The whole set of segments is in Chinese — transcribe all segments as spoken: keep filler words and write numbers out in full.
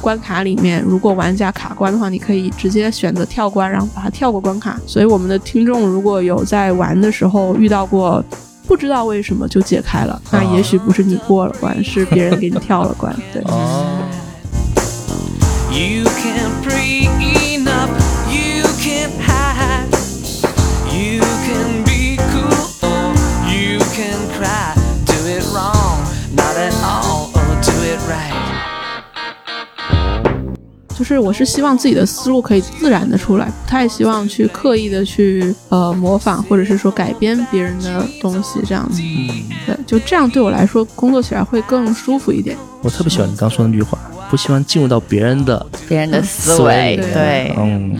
关卡里面，如果玩家卡关的话，你可以直接选择跳关，然后把它跳过关卡。所以我们的听众如果有在玩的时候遇到过不知道为什么就解开了，那也许不是你过了关，是别人给你跳了关。对。 哦。You can't prenup, you can't hide, you can be cool, you can cry, do it wrong, not at all, or do it right. 就是我是希望自己的思路可以自然的出来，不太希望去刻意的去呃模仿或者是说改编别人的东西这样子。嗯，对，就这样对我来说工作起来会更舒服一点。 我特别喜欢你刚说的那句话，不希望进入到别人的别人的思维。对，对嗯。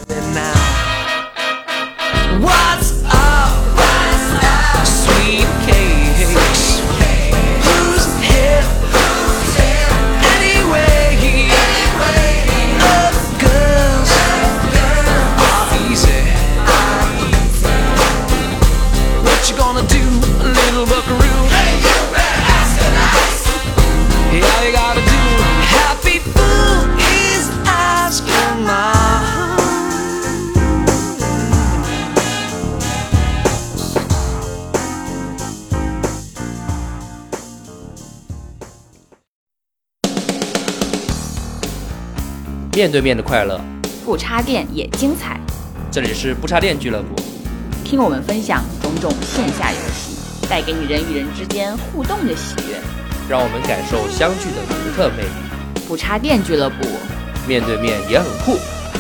面对面的快乐， 不插电也精彩。 这里是不插电俱乐部， 听我们分享种种线下游戏，带给你人与人之间互动的喜悦， 让我们感受相聚的独特魅力。 不插电俱乐部， 面对面也很酷。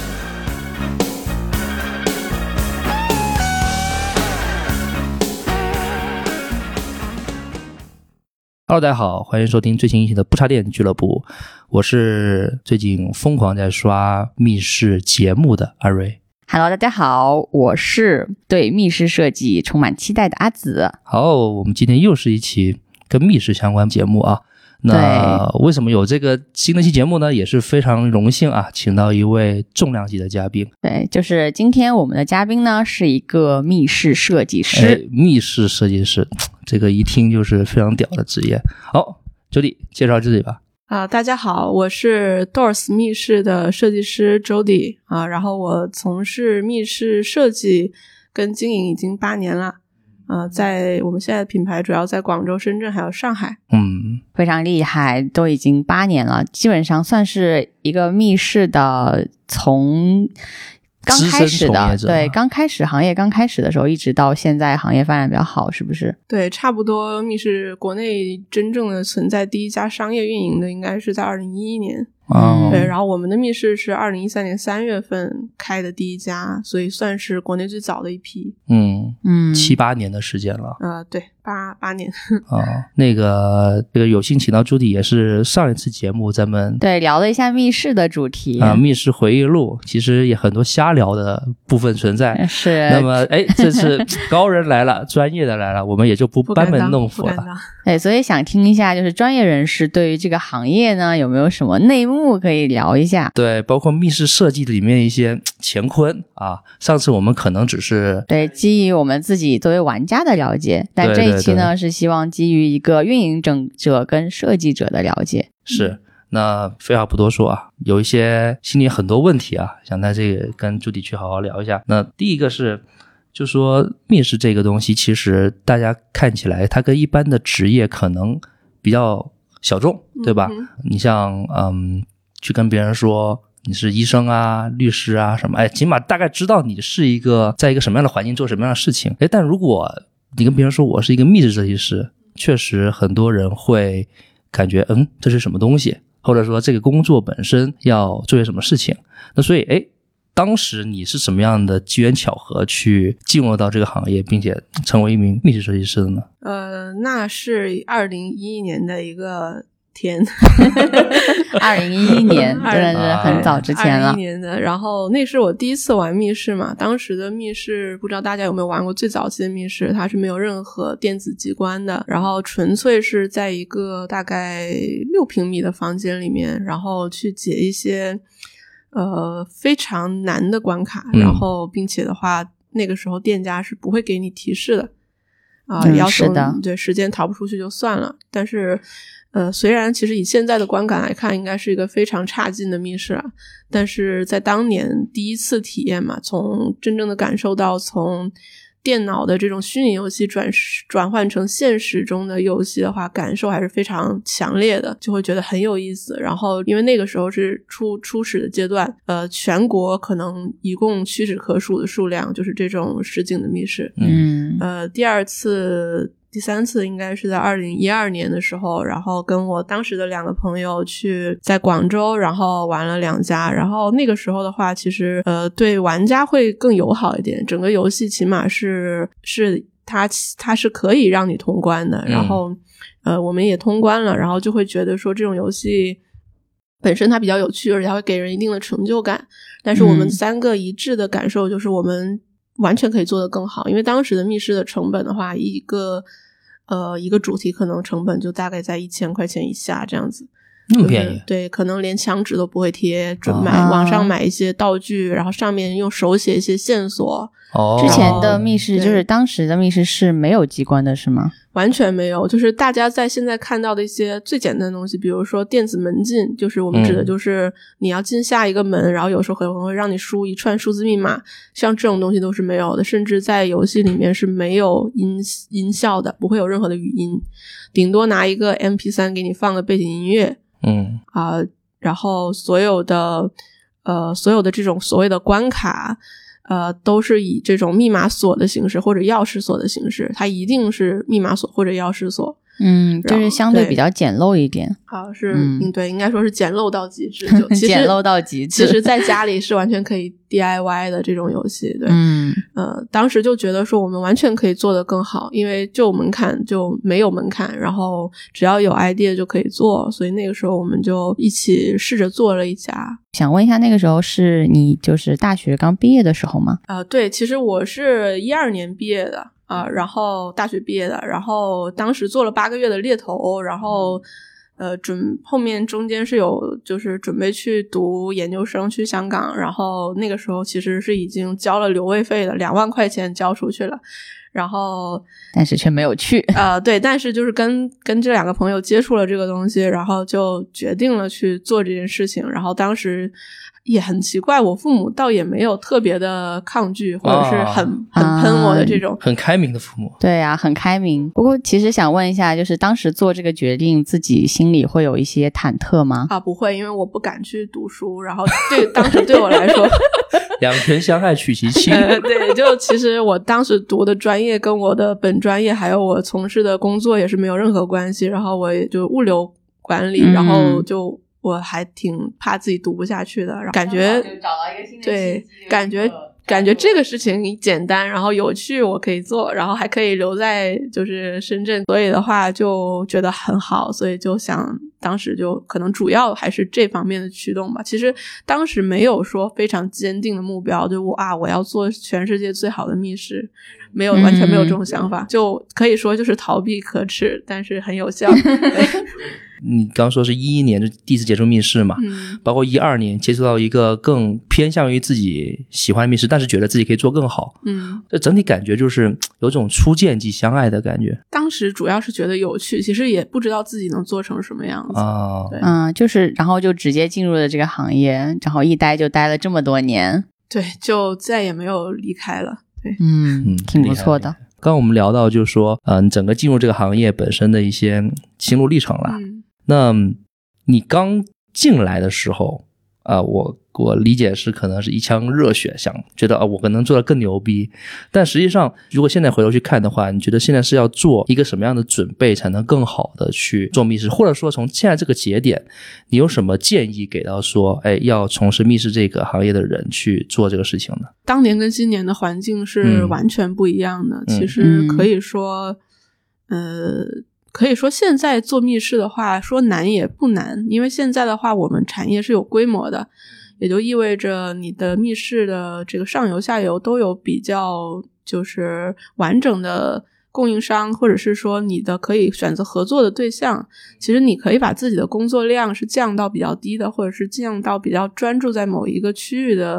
Hello， 大家好，欢迎收听最新一期的不插电俱乐部，我是最近疯狂在刷密室节目的阿瑞。 Hello， 大家好，我是对密室设计充满期待的阿紫。 好，我们今天又是一期跟密室相关节目啊。那为什么有这个新的期节目呢？也是非常荣幸啊，请到一位重量级的嘉宾。 对，就是今天我们的嘉宾呢是一个密室设计师。 哎，密室设计师，这个一听就是非常屌的职业。好，Jody介绍自己吧。 啊、呃，大家好，我是 Doors 密室的设计师 Jody 啊，然后我从事密室设计跟经营已经八年了。呃，在我们现在的品牌主要在广州、深圳还有上海。 嗯， 非常厉害，都已经八年了，基本上算是一个密室的从刚开始的，对，刚开始行业刚开始的时候，一直到现在行业发展比较好，是不是？ 对，差不多密室国内真正的存在第一家商业运营的应该是在二零一一年。 哦， 对，然后我们的密室是二零一三年三月份开的第一家，所以算是国内最早的一批。 嗯嗯，七八年的时间了。 呃，对，八八年。 啊、哦，那个这个有幸请到朱迪，也是上一次节目咱们对聊了一下密室的主题啊、呃，密室回忆录，其实也很多瞎聊的部分存在。 是。 那么，哎，这次高人来了，专业的来了，我们也就不班门弄斧了。 对，所以想听一下，就是专业人士对于这个行业呢，有没有什么内幕可以聊一下？ 对，包括密室设计里面一些乾坤啊。上次我们可能只是对基于我们自己作为玩家的了解，但这一期呢，对对对，是希望基于一个运营者跟设计者的了解。 是。那废话不多说啊，有一些心里很多问题啊，想在这个跟朱迪去好好聊一下。那第一个是就说密室这个东西，其实大家看起来它跟一般的职业可能比较小众，对吧？嗯、你像嗯，去跟别人说你是医生啊、律师啊什么，哎，起码大概知道你是一个在一个什么样的环境做什么样的事情。哎，但如果你跟别人说我是一个密室设计师，确实很多人会感觉嗯，这是什么东西，或者说这个工作本身要做些什么事情。那所以哎。当时你是什么样的机缘巧合去进入到这个行业，并且成为一名密室设计师的呢？ 呃，那是二零一一年的一个天， 二零一一年真的是很早之前了。 二零一一年的，然后那是我第一次玩密室嘛，当时的密室不知道大家有没有玩过最早期的密室，它是没有任何电子机关的，然后纯粹是在一个大概六平米的房间里面，然后去解一些呃，非常难的关卡， 嗯、 然后并且的话，那个时候店家是不会给你提示的啊， 嗯、 要求是的， 对时间逃不出去就算了。但是， 呃，虽然其实以现在的观感来看应该是一个非常差劲的密室啊，但是在当年第一次体验嘛，从真正的感受到从电脑的这种虚拟游戏转转换成现实中的游戏的话，感受还是非常强烈的，就会觉得很有意思。然后因为那个时候是初初始的阶段，呃，全国可能一共屈指可数的数量就是这种实景的密室。 嗯， 呃，第二次第三次应该是在二零一二年的时候，然后跟我当时的两个朋友去在广州，然后玩了两家，然后那个时候的话其实呃对玩家会更友好一点，整个游戏起码是是它它是可以让你通关的，然后、嗯、呃我们也通关了，然后就会觉得说这种游戏本身它比较有趣，而且它会给人一定的成就感，但是我们三个一致的感受就是我们完全可以做得更好，因为当时的密室的成本的话，一个呃一个主题可能成本就大概在一千块钱以下这样子， 那么便宜、 就是、对，可能连墙纸都不会贴，准买、啊、网上买一些道具，然后上面用手写一些线索。 哦， 之前的密室就是当时的密室是没有机关的是吗？ 完全没有，就是大家在现在看到的一些最简单的东西，比如说电子门禁，就是我们指的就是你要进下一个门、嗯、然后有时候可能会让你输一串数字密码，像这种东西都是没有的，甚至在游戏里面是没有音音效的，不会有任何的语音，顶多拿一个 M P 三 给你放个背景音乐。 嗯啊、呃，然后所有的呃所有的这种所谓的关卡呃，都是以这种密码锁的形式或者钥匙锁的形式，它一定是密码锁或者钥匙锁。 嗯，就是相对比较简陋一点。 好，是嗯，对，应该说是简陋到极致，就其实简陋到极致。 其实在家里是完全可以 D I Y 的这种游戏，对， 嗯， 呃，当时就觉得说我们完全可以做得更好，因为就门槛就没有门槛，然后只要有 idea 就可以做，所以那个时候我们就一起试着做了一家。 想问一下，那个时候是你就是大学刚毕业的时候吗？ 啊、呃，对，其实我是一二年毕业的。啊、呃，然后大学毕业的，然后当时做了八个月的猎头，然后呃准后面中间是有就是准备去读研究生去香港，然后那个时候其实是已经交了留位费的，两万块钱交出去了，然后但是却没有去。 呃对，但是就是跟跟这两个朋友接触了这个东西，然后就决定了去做这件事情，然后当时也很奇怪，我父母倒也没有特别的抗拒或者是很、哦、很喷我的这种、 啊、很开明的父母。 对啊，很开明。不过其实想问一下，就是当时做这个决定自己心里会有一些忐忑吗？ 啊，不会，因为我不敢去读书，然后对当时对我来说两全相害取其轻、 呃、对，就其实我当时读的专业跟我的本专业还有我从事的工作也是没有任何关系，然后我也就物流管理、嗯、然后就我还挺怕自己读不下去的，然后感觉就找到一个新的对，感觉感觉这个事情简单，然后有趣，我可以做，然后还可以留在就是深圳，所以的话就觉得很好，所以就想当时就可能主要还是这方面的驱动吧。其实当时没有说非常坚定的目标，就我啊我要做全世界最好的密室，没有，完全没有这种想法、嗯、就可以说就是逃避可耻，但是很有效。 你刚说是一一年就第一次接触密室嘛、嗯、包括一二年接触到一个更偏向于自己喜欢的密室，但是觉得自己可以做更好， 嗯， 这整体感觉就是有种初见即相爱的感觉。 当时主要是觉得有趣，其实也不知道自己能做成什么样子啊。 对， 嗯，就是然后就直接进入了这个行业，然后一待就待了这么多年。 对，就再也没有离开了。对， 嗯，挺不错的。 刚刚我们聊到就是说嗯、呃，整个进入这个行业本身的一些心路历程了、嗯、那你刚进来的时候啊、呃，我我理解是可能是一腔热血，想觉得啊、呃，我可能做得更牛逼，但实际上如果现在回头去看的话，你觉得现在是要做一个什么样的准备才能更好的去做密室，或者说从现在这个节点你有什么建议给到说哎，要从事密室这个行业的人去做这个事情呢？ 当年跟今年的环境是完全不一样的、嗯、其实可以说、嗯、呃可以说现在做密室的话说难也不难，因为现在的话我们产业是有规模的，也就意味着你的密室的这个上游下游都有比较就是完整的供应商，或者是说你的可以选择合作的对象，其实你可以把自己的工作量是降到比较低的，或者是降到比较专注在某一个区域的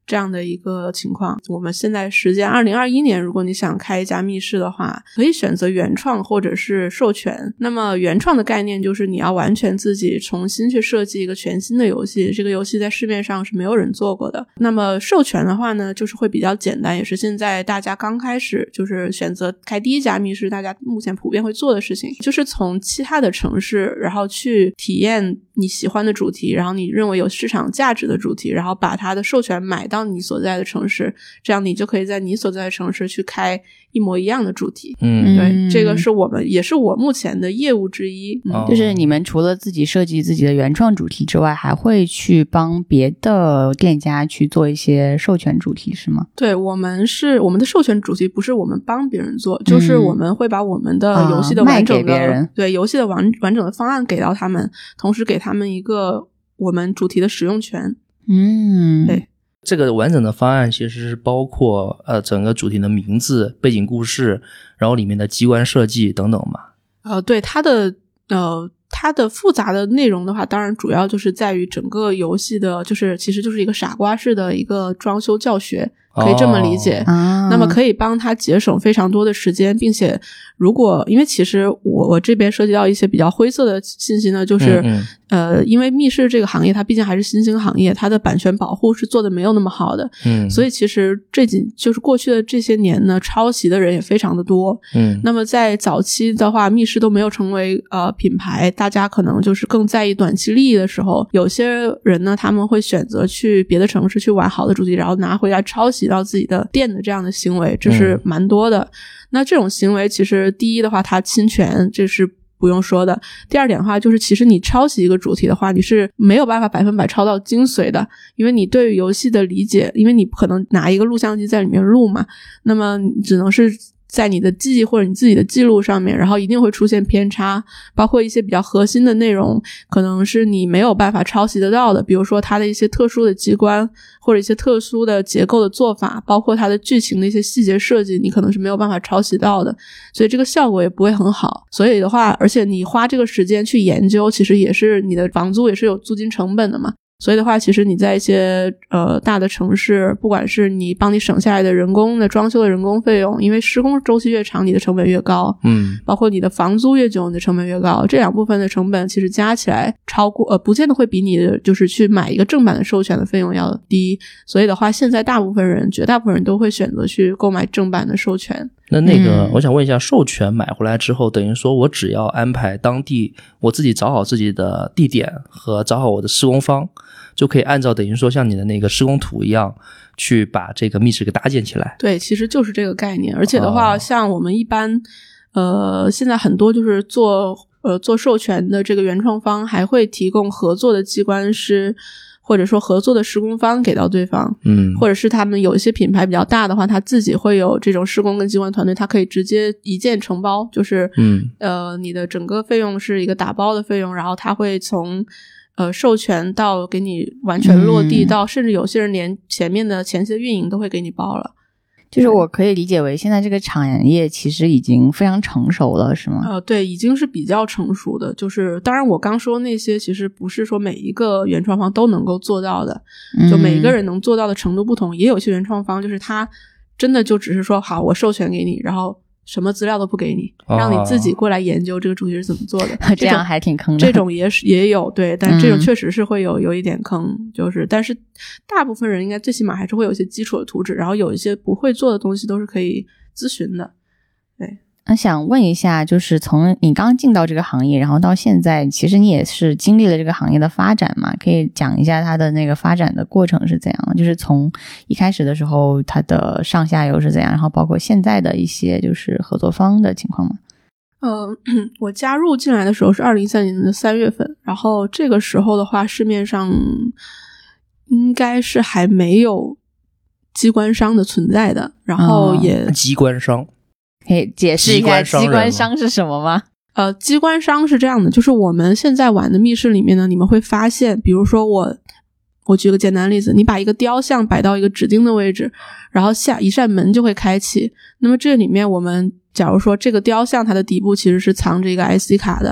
这样的一个情况。我们现在时间二零二一年，如果你想开一家密室的话，可以选择原创或者是授权。那么原创的概念就是你要完全自己重新去设计一个全新的游戏，这个游戏在市面上是没有人做过的。那么授权的话呢，就是会比较简单，也是现在大家刚开始就是选择开第一家密室大家目前普遍会做的事情，就是从其他的城市然后去体验你喜欢的主题，然后你认为有市场价值的主题，然后把它的授权买到你所在的城市，这样你就可以在你所在的城市去开一模一样的主题。 嗯， 对，这个是我们也是我目前的业务之一。 哦、 就是你们除了自己设计自己的原创主题之外，还会去帮别的店家去做一些授权主题是吗？ 对，我们是我们的授权主题不是我们帮别人做，就是我们会把我们的游戏的完整的、 啊、卖给别人， 对游戏的完完整的方案给到他们，同时给他们一个我们主题的使用权。 嗯， 对， 这个完整的方案其实是包括呃整个主题的名字、背景故事，然后里面的机关设计等等嘛。 呃，对，它的呃它的复杂的内容的话，当然主要就是在于整个游戏的，就是其实就是一个傻瓜式的一个装修教学，可以这么理解。 哦、 那么可以帮他节省非常多的时间，并且如果因为其实我我这边涉及到一些比较灰色的信息呢，就是嗯嗯呃，因为密室这个行业它毕竟还是新兴行业，它的版权保护是做的没有那么好的， 嗯， 所以其实这几就是过去的这些年呢，抄袭的人也非常的多。 嗯， 那么在早期的话，密室都没有成为呃品牌，大家可能就是更在意短期利益的时候，有些人呢他们会选择去别的城市去玩好的主题，然后拿回来抄袭到自己的店的这样的行为，这是蛮多的。嗯、那这种行为其实第一的话它侵权，这是不用说的。第二点的话就是其实你抄袭一个主题的话，你是没有办法百分百抄到精髓的，因为你对于游戏的理解，因为你不可能拿一个录像机在里面录嘛，那么你只能是在你的记忆或者你自己的记录上面，然后一定会出现偏差，包括一些比较核心的内容可能是你没有办法抄袭得到的，比如说它的一些特殊的机关或者一些特殊的结构的做法，包括它的剧情的一些细节设计，你可能是没有办法抄袭到的，所以这个效果也不会很好。所以的话，而且你花这个时间去研究，其实也是你的房租也是有租金成本的嘛。所以的话，其实你在一些呃大的城市，不管是你帮你省下来的人工的装修的人工费用，因为施工周期越长，你的成本越高， 嗯， 包括你的房租越久，你的成本越高，这两部分的成本其实加起来超过呃，不见得会比你的就是去买一个正版的授权的费用要低。所以的话，现在大部分人，绝大部分人都会选择去购买正版的授权。 那那个、嗯、我想问一下，授权买回来之后，等于说我只要安排当地，我自己找好自己的地点和找好我的施工方，就可以按照等于说像你的那个施工图一样去把这个密室给搭建起来。 对，其实就是这个概念。而且的话、哦、像我们一般呃，现在很多就是做呃做授权的这个原创方还会提供合作的机关师或者说合作的施工方给到对方， 嗯， 或者是他们有一些品牌比较大的话，他自己会有这种施工跟机关团队，他可以直接一键承包，就是嗯呃你的整个费用是一个打包的费用，然后他会从呃授权到给你完全落地、嗯、到甚至有些人连前面的前期的运营都会给你包了。 就是我可以理解为现在这个产业其实已经非常成熟了是吗？ 呃，对，已经是比较成熟的。就是当然我刚说那些其实不是说每一个原创方都能够做到的，就每一个人能做到的程度不同、嗯、也有些原创方就是他真的就只是说好我授权给你，然后什么资料都不给你，让你自己过来研究这个主题是怎么做的、 哦、这样还挺坑的。 这种也是也有，对，但这种确实是会有有一点坑、嗯、就是但是大部分人应该最起码还是会有一些基础的图纸，然后有一些不会做的东西都是可以咨询的。对， 那想问一下，就是从你刚进到这个行业然后到现在，其实你也是经历了这个行业的发展嘛，可以讲一下它的那个发展的过程是怎样的，就是从一开始的时候它的上下游是怎样，然后包括现在的一些就是合作方的情况吗？ 呃，我加入进来的时候是二零一三年的三月份，然后这个时候的话市面上应该是还没有机关商的存在的，然后也、 哦、机关商可以解释一下机关商是什么吗？ 呃，机关商是这样的，就是我们现在玩的密室里面呢，你们会发现，比如说我我举个简单例子，你把一个雕像摆到一个指定的位置，然后下一扇门就会开启。那么这里面我们假如说这个雕像它的底部其实是藏着一个 I C 卡的，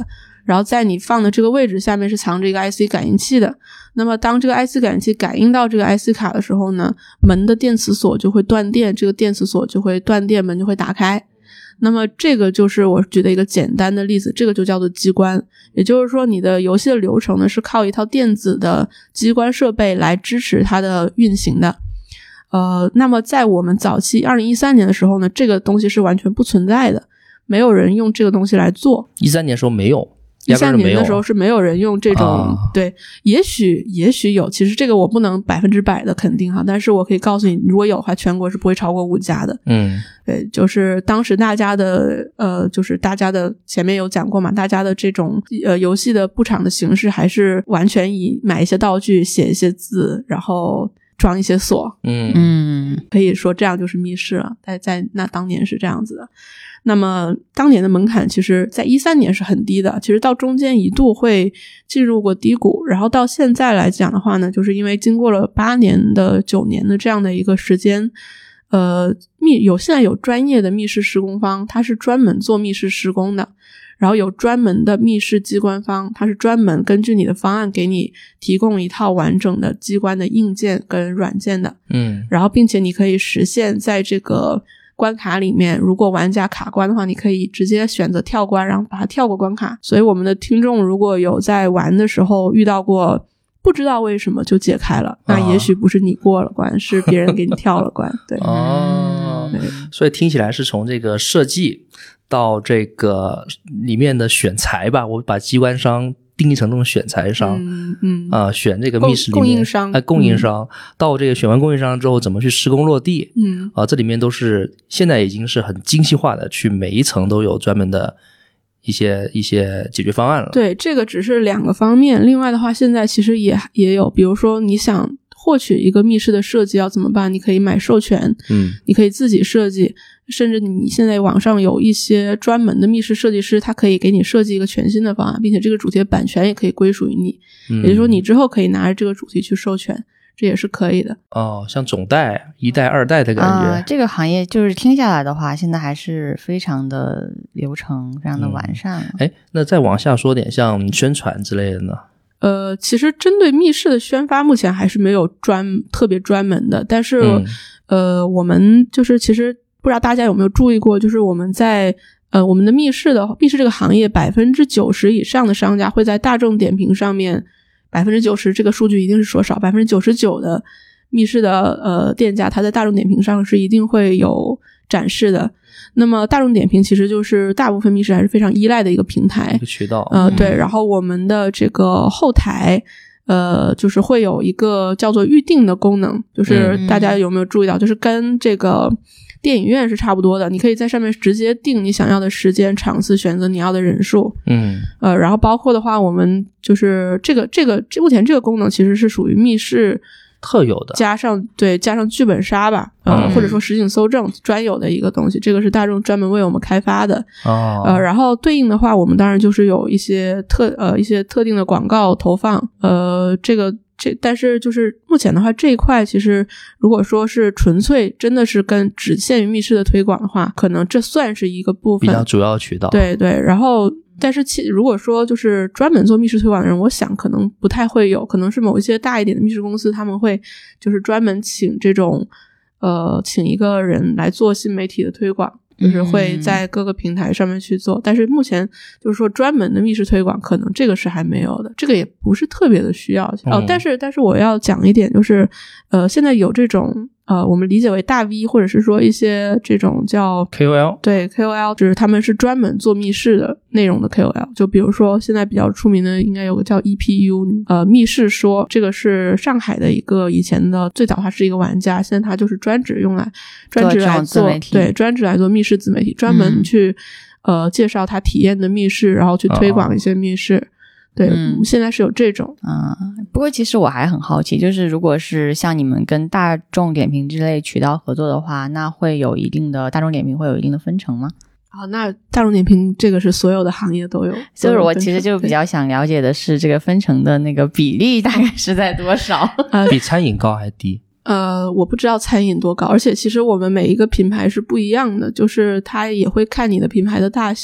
然后在你放的这个位置下面是藏着一个 I C 感应器的。那么当这个 I C 感应器感应到这个 I C 卡的时候呢，门的电磁锁就会断电，这个电磁锁就会断电，门就会打开。那么这个就是我举的一个简单的例子，这个就叫做机关。也就是说你的游戏的流程呢是靠一套电子的机关设备来支持它的运行的。呃，那么在我们早期二零一三年的时候呢，这个东西是完全不存在的，没有人用这个东西来做。 一三年的时候没有， 一三年的时候是没有人用这种、啊、对，也许也许有，其实这个我不能百分之百的肯定哈，但是我可以告诉你，如果有的话，全国是不会超过五家的。 嗯， 对，就是当时大家的呃，就是大家的前面有讲过嘛，大家的这种呃游戏的布场的形式还是完全以买一些道具、写一些字，然后装一些锁。 嗯嗯， 可以说这样就是密室了，在在那当年是这样子的。那么当年的门槛其实在一三年是很低的，其实到中间一度会进入过低谷，然后到现在来讲的话呢，就是因为经过了八年的九年的这样的一个时间，呃，密有现在有专业的密室施工方，他是专门做密室施工的，然后有专门的密室机关方，他是专门根据你的方案给你提供一套完整的机关的硬件跟软件的。 嗯， 然后并且你可以实现在这个关卡里面，如果玩家卡关的话，你可以直接选择跳关，然后把它跳过关卡。所以我们的听众如果有在玩的时候遇到过不知道为什么就解开了，那也许不是你过了关，是别人给你跳了关。对， 哦，所以听起来是从这个设计到这个里面的选材吧，我把机关商定义成这种选材商， 嗯嗯啊、呃，选这个密室里面供应商， 哎、呃，供应商、嗯、到这个选完供应商之后，怎么去施工落地， 嗯啊、呃，这里面都是现在已经是很精细化的，去每一层都有专门的一些一些解决方案了。 对，这个只是两个方面，另外的话，现在其实也也有，比如说你想获取一个密室的设计要怎么办？你可以买授权， 嗯， 你可以自己设计。甚至你现在网上有一些专门的密室设计师，他可以给你设计一个全新的方案，并且这个主题的版权也可以归属于你、嗯、也就是说你之后可以拿着这个主题去授权，这也是可以的。 哦，像总代一代二代的感觉、 呃、这个行业就是听下来的话，现在还是非常的流程非常的完善了。 哎、嗯，那再往下说点像宣传之类的呢？ 呃，其实针对密室的宣发目前还是没有专特别专门的，但是、嗯、呃，我们就是其实不知道大家有没有注意过，就是我们在呃我们的密室的密室这个行业 百分之九十 以上的商家会在大众点评上面 百分之九十 这个数据一定是说少 百分之九十九 的密室的呃店家他在大众点评上是一定会有展示的。那么大众点评其实就是大部分密室还是非常依赖的一个平台， 一个渠道。 呃对，然后我们的这个后台呃，就是会有一个叫做预定的功能，就是大家有没有注意到、嗯、就是跟这个电影院是差不多的，你可以在上面直接定你想要的时间场次，选择你要的人数。 嗯， 呃，然后包括的话，我们就是这个这个这目前这个功能其实是属于密室特有的， 加上对加上剧本杀吧，呃、嗯，或者说实景搜证专有的一个东西，这个是大众专门为我们开发的。 哦， 呃，然后对应的话，我们当然就是有一些特呃一些特定的广告投放，呃，这个。这但是就是目前的话，这一块其实如果说是纯粹真的是跟只限于密室的推广的话，可能这算是一个部分比较主要渠道。 对对，然后但是其如果说就是专门做密室推广的人，我想可能不太会有，可能是某一些大一点的密室公司，他们会就是专门请这种呃请一个人来做新媒体的推广。就是会在各个平台上面去做、嗯、但是目前就是说专门的密室推广可能这个是还没有的，这个也不是特别的需要、嗯、哦。但是但是我要讲一点，就是呃现在有这种呃我们理解为大 V 或者是说一些这种叫 K O L， 对 K O L， 就是他们是专门做密室的内容的 K O L， 就比如说现在比较出名的应该有个叫 E P U 呃密室说，这个是上海的一个以前的，最早他是一个玩家，现在他就是专职用来专职来做对专职来做密室自媒体，专门去、嗯、呃介绍他体验的密室，然后去推广一些密室、哦对、嗯，现在是有这种啊、嗯。不过其实我还很好奇，就是如果是像你们跟大众点评之类渠道合作的话，那会有一定的大众点评会有一定的分成吗？ 哦，那大众点评这个是所有的行业都有， 就是我其实就比较想了解的是这个分成的那个比例大概是在多少？ 呃、 比餐饮高还低？ 呃，我不知道餐饮多高，而且其实我们每一个品牌是不一样的，就是它也会看你的品牌的大小。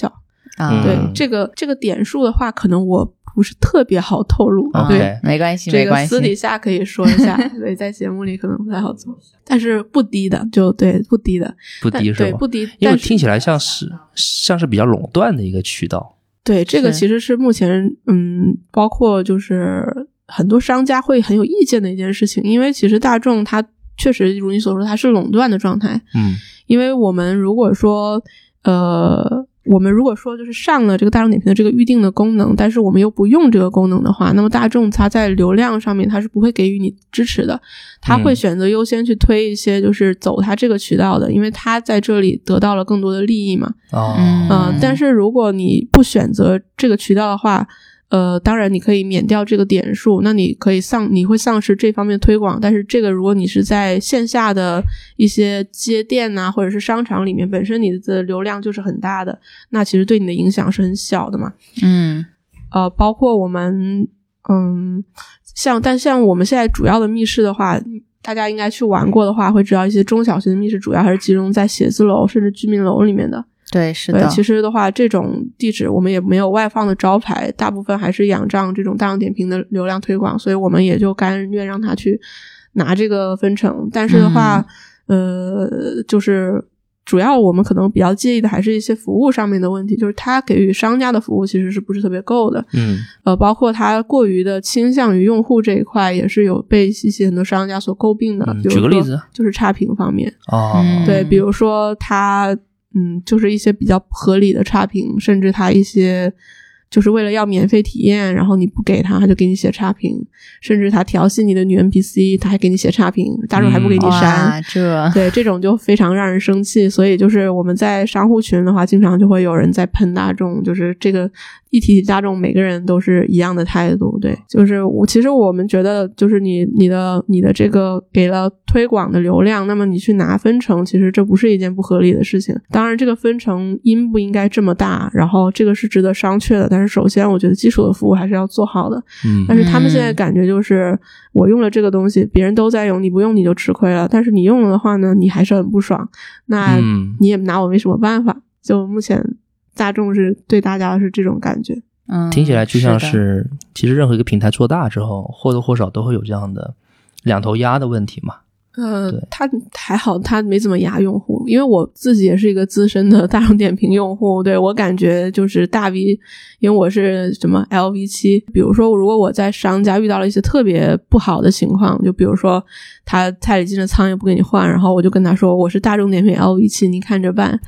啊， 对，这个这个点数的话，可能我不是特别好透露， 嗯、 对， 没关系， 这个没关系， 私底下可以说一下，对，在节目里可能不太好做，但是不低的，就对，不低的， 不低是吧？ 对，不低， 因为听起来像是像是比较垄断的一个渠道。 对，这个其实是目前嗯，包括就是很多商家会很有意见的一件事情，因为其实大众它确实如你所说，它是垄断的状态， 嗯， 因为我们如果说呃。我们如果说就是上了这个大众点评的这个预定的功能，但是我们又不用这个功能的话，那么大众它在流量上面它是不会给予你支持的，它会选择优先去推一些就是走它这个渠道的，因为它在这里得到了更多的利益嘛。 哦， 嗯、呃，但是如果你不选择这个渠道的话，呃，当然你可以免掉这个点数，那你可以丧，你会丧失这方面的推广。但是这个如果你是在线下的一些街店啊，或者是商场里面，本身你的流量就是很大的，那其实对你的影响是很小的嘛。 嗯， 呃，包括我们，嗯，像但像我们现在主要的密室的话，大家应该去玩过的话，会知道一些中小型的密室主要还是集中在写字楼甚至居民楼里面的。 对，是的。 对，其实的话，这种地址我们也没有外放的招牌，大部分还是仰仗这种大众点评的流量推广，所以我们也就甘愿让他去拿这个分成。但是的话，嗯、呃，就是主要我们可能比较介意的还是一些服务上面的问题，就是他给予商家的服务其实是不是特别够的。 嗯， 呃，包括他过于的倾向于用户这一块，也是有被一些很多商家所诟病的。 嗯、 比如举个例子， 就是差评方面。 哦， 对，比如说他。嗯，就是一些比较合理的差评，甚至他一些就是为了要免费体验，然后你不给他，他就给你写差评，甚至他调戏你的女 N P C， 他还给你写差评，大众还不给你删， 嗯、这对，这种就非常让人生气。所以就是我们在商户群的话，经常就会有人在喷大众，就是这个一提起大众，每个人都是一样的态度。对，就是我其实我们觉得，就是你你的你的这个给了推广的流量，那么你去拿分成，其实这不是一件不合理的事情。当然，这个分成应不应该这么大，然后这个是值得商榷的。但是首先，我觉得基础的服务还是要做好的。 嗯， 但是他们现在感觉就是我用了这个东西，别人都在用，你不用你就吃亏了。但是你用了的话呢，你还是很不爽，那你也拿我没什么办法。就目前大众是对大家是这种感觉。 嗯， 听起来就像是， 是其实任何一个平台做大之后，或多或少都会有这样的两头压的问题嘛。 呃，他还好，他没怎么压用户，因为我自己也是一个资深的大众点评用户，对，我感觉就是大 V， 因为我是什么 L V 七，比如说如果我在商家遇到了一些特别不好的情况，就比如说他菜里进了苍蝇不给你换，然后我就跟他说我是大众点评 L V 七，你看着办。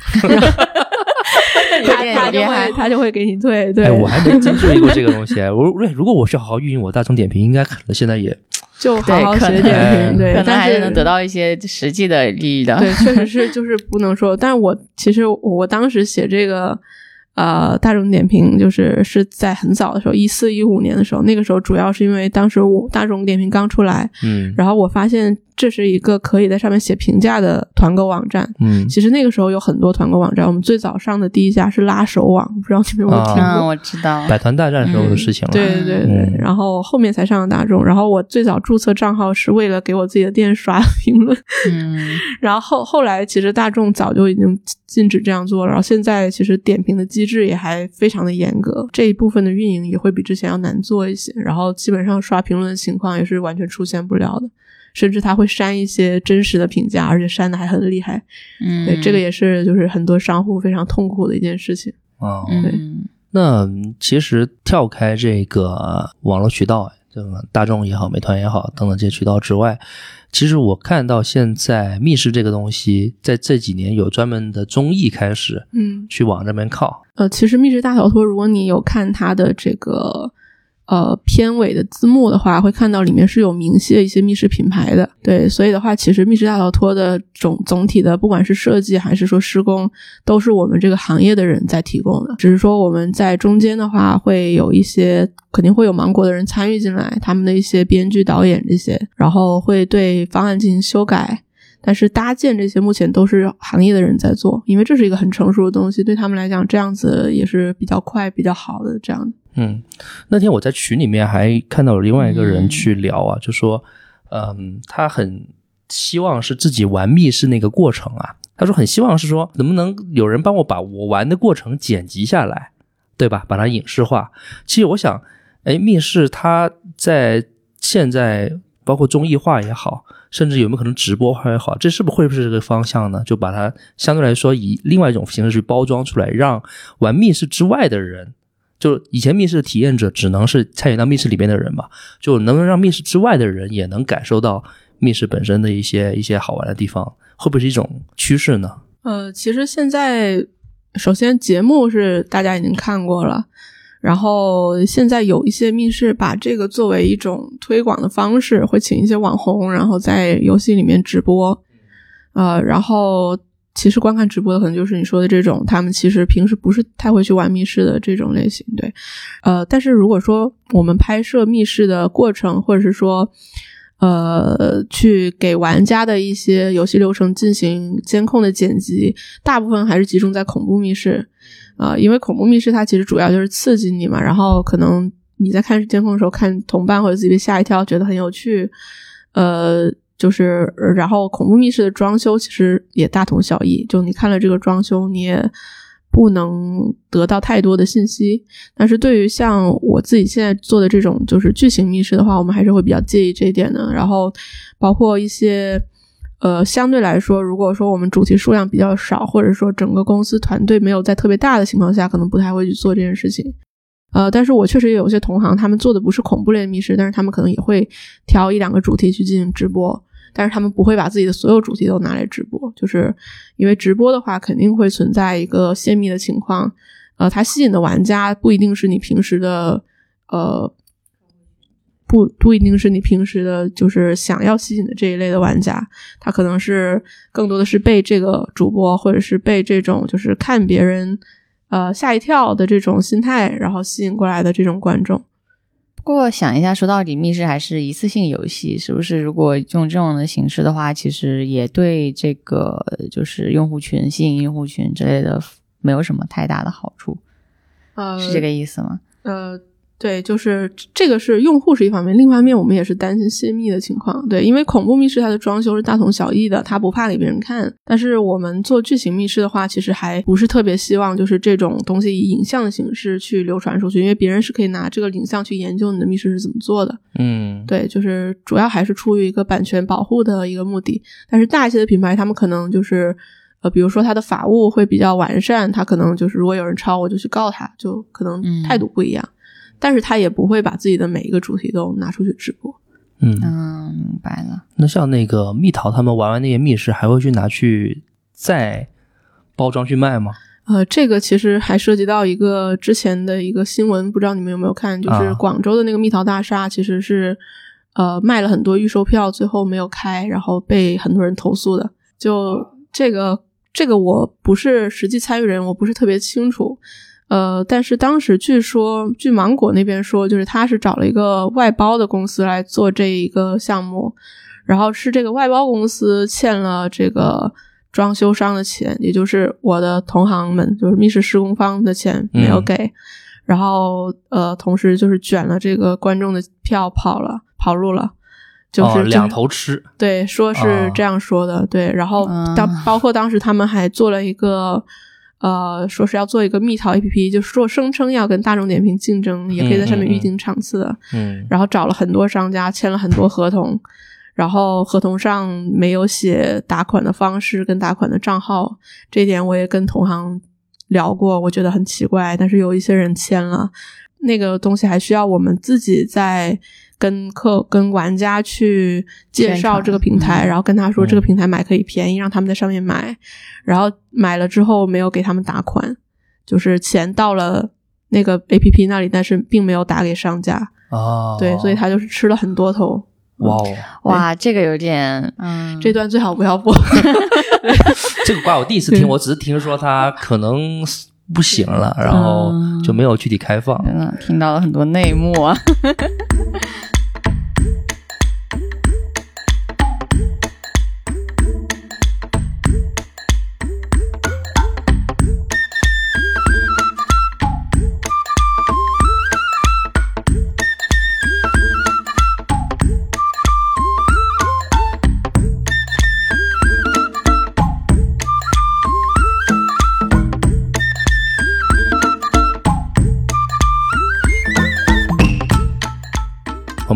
他他就会他就会给你退，对、 哎，我还没真注意过这个东西。我如果我是好好运营我大众点评，应该可能现在也就好好学点评，对， 可能还是能得到一些实际的利益的。 对，确实是，就是不能说。但我其实我当时写这个呃大众点评，就是是在很早的时候，一四一五年的时候，那个时候主要是因为当时我大众点评刚出来， 嗯， 然后我发现这是一个可以在上面写评价的团购网站。 嗯， 其实那个时候有很多团购网站，我们最早上的第一家是拉手网，不知道你们有没有听过？ 啊，我知道， 百团大战时候的事情了。 嗯、对对对对、嗯，然后后面才上的大众。然后我最早注册账号是为了给我自己的店刷评论， 嗯， 然后后后来其实大众早就已经禁止这样做了，然后现在其实点评的机制也还非常的严格，这一部分的运营也会比之前要难做一些，然后基本上刷评论的情况也是完全出现不了的。甚至他会删一些真实的评价，而且删的还很厉害。 嗯， 对，这个也是就是很多商户非常痛苦的一件事情。 哦， 对。 那其实跳开这个网络渠道，对吧？大众也好，美团也好，等等这些渠道之外，其实我看到现在密室这个东西，在这几年有专门的综艺开始， 嗯， 去往这边靠。 呃，其实密室大逃脱，如果你有看它的这个。呃，片尾的字幕的话，会看到里面是有明细的一些密室品牌的，对，所以的话，其实密室大逃脱的总总体的，不管是设计还是说施工，都是我们这个行业的人在提供的，只是说我们在中间的话，会有一些肯定会有芒果的人参与进来，他们的一些编剧、导演这些，然后会对方案进行修改。但是搭建这些目前都是行业的人在做，因为这是一个很成熟的东西，对他们来讲这样子也是比较快比较好的这样的。 嗯，那天我在群里面还看到有另外一个人去聊啊，嗯、就说嗯，他很希望是自己玩密室那个过程啊，他说很希望是说能不能有人帮我把我玩的过程剪辑下来， 对吧？把它影视化。其实我想，哎，密室它在现在包括综艺化也好，甚至有没有可能直播化也好，这是不是会不会是这个方向呢？就把它相对来说以另外一种形式去包装出来，让玩密室之外的人，就以前密室的体验者只能是参与到密室里面的人嘛，就能不能让密室之外的人也能感受到密室本身的一些一些好玩的地方，会不会是一种趋势呢？ 呃，其实现在首先节目是大家已经看过了，然后现在有一些密室把这个作为一种推广的方式，会请一些网红然后在游戏里面直播，呃，然后其实观看直播的可能就是你说的这种他们其实平时不是太会去玩密室的这种类型，对，呃，但是如果说我们拍摄密室的过程，或者是说呃，去给玩家的一些游戏流程进行监控的剪辑，大部分还是集中在恐怖密室，呃，因为恐怖密室它其实主要就是刺激你嘛，然后可能你在看监控的时候看同伴或者自己被吓一跳，觉得很有趣，呃，就是然后恐怖密室的装修其实也大同小异，就你看了这个装修，你也不能得到太多的信息，但是对于像我自己现在做的这种就是剧情密室的话，我们还是会比较介意这一点的。然后包括一些呃，相对来说如果说我们主题数量比较少，或者说整个公司团队没有在特别大的情况下，可能不太会去做这件事情。呃，但是我确实也有些同行他们做的不是恐怖类密室，但是他们可能也会挑一两个主题去进行直播，但是他们不会把自己的所有主题都拿来直播，就是因为直播的话肯定会存在一个泄密的情况，呃，它吸引的玩家不一定是你平时的呃，不不一定是你平时的就是想要吸引的这一类的玩家，他可能是更多的是被这个主播或者是被这种就是看别人呃吓一跳的这种心态然后吸引过来的这种观众。 不过想一下，说到底密室还是一次性游戏，是不是如果用这种的形式的话，其实也对这个就是用户群吸引用户群之类的没有什么太大的好处，呃，是这个意思吗？ 呃对，就是这个是用户是一方面，另一方面我们也是担心泄密的情况。对，因为恐怖密室它的装修是大同小异的，它不怕给别人看，但是我们做剧情密室的话，其实还不是特别希望就是这种东西以影像的形式去流传出去，因为别人是可以拿这个影像去研究你的密室是怎么做的。 嗯， 对，就是主要还是出于一个版权保护的一个目的。但是大一些的品牌他们可能就是呃，比如说它的法务会比较完善，它可能就是如果有人抄我就去告他，就可能态度不一样。嗯，但是他也不会把自己的每一个主题都拿出去直播。 嗯嗯，明白了。 那像那个蜜桃他们玩完那些密室，还会去拿去再包装去卖吗？ 呃，这个其实还涉及到一个之前的一个新闻，不知道你们有没有看，就是广州的那个蜜桃大厦其实是、啊、呃卖了很多预售票，最后没有开，然后被很多人投诉的。就这个这个我不是实际参与人，我不是特别清楚。呃，但是当时据说，据芒果那边说，就是他是找了一个外包的公司来做这一个项目，然后是这个外包公司欠了这个装修商的钱，也就是我的同行们，就是密室施工方的钱没有给，嗯、然后呃，同时就是卷了这个观众的票跑了，跑路了。就是、 哦、两头吃， 对，说是这样说的，哦、对，然后当、嗯、包括当时他们还做了一个。呃，说是要做一个蜜桃 A P P， 就是说声称要跟大众点评竞争，也可以在上面预订场次的。 嗯， 然后找了很多商家，签了很多合同，然后合同上没有写打款的方式跟打款的账号，这一点我也跟同行聊过，我觉得很奇怪，但是有一些人签了，那个东西还需要我们自己在跟客跟玩家去介绍这个平台，然后跟他说这个平台买可以便宜，让他们在上面买，然后买了之后没有给他们打款，就是钱到了那个 A P P 那里，但是并没有打给商家。 哦， 对，所以他就是吃了很多头。 哇哦， 哇，这个有点，嗯， 这段最好不要播。 这个瓜我第一次听，我只是听说他可能不行了，然后就没有具体开放。 嗯，听到了很多内幕啊。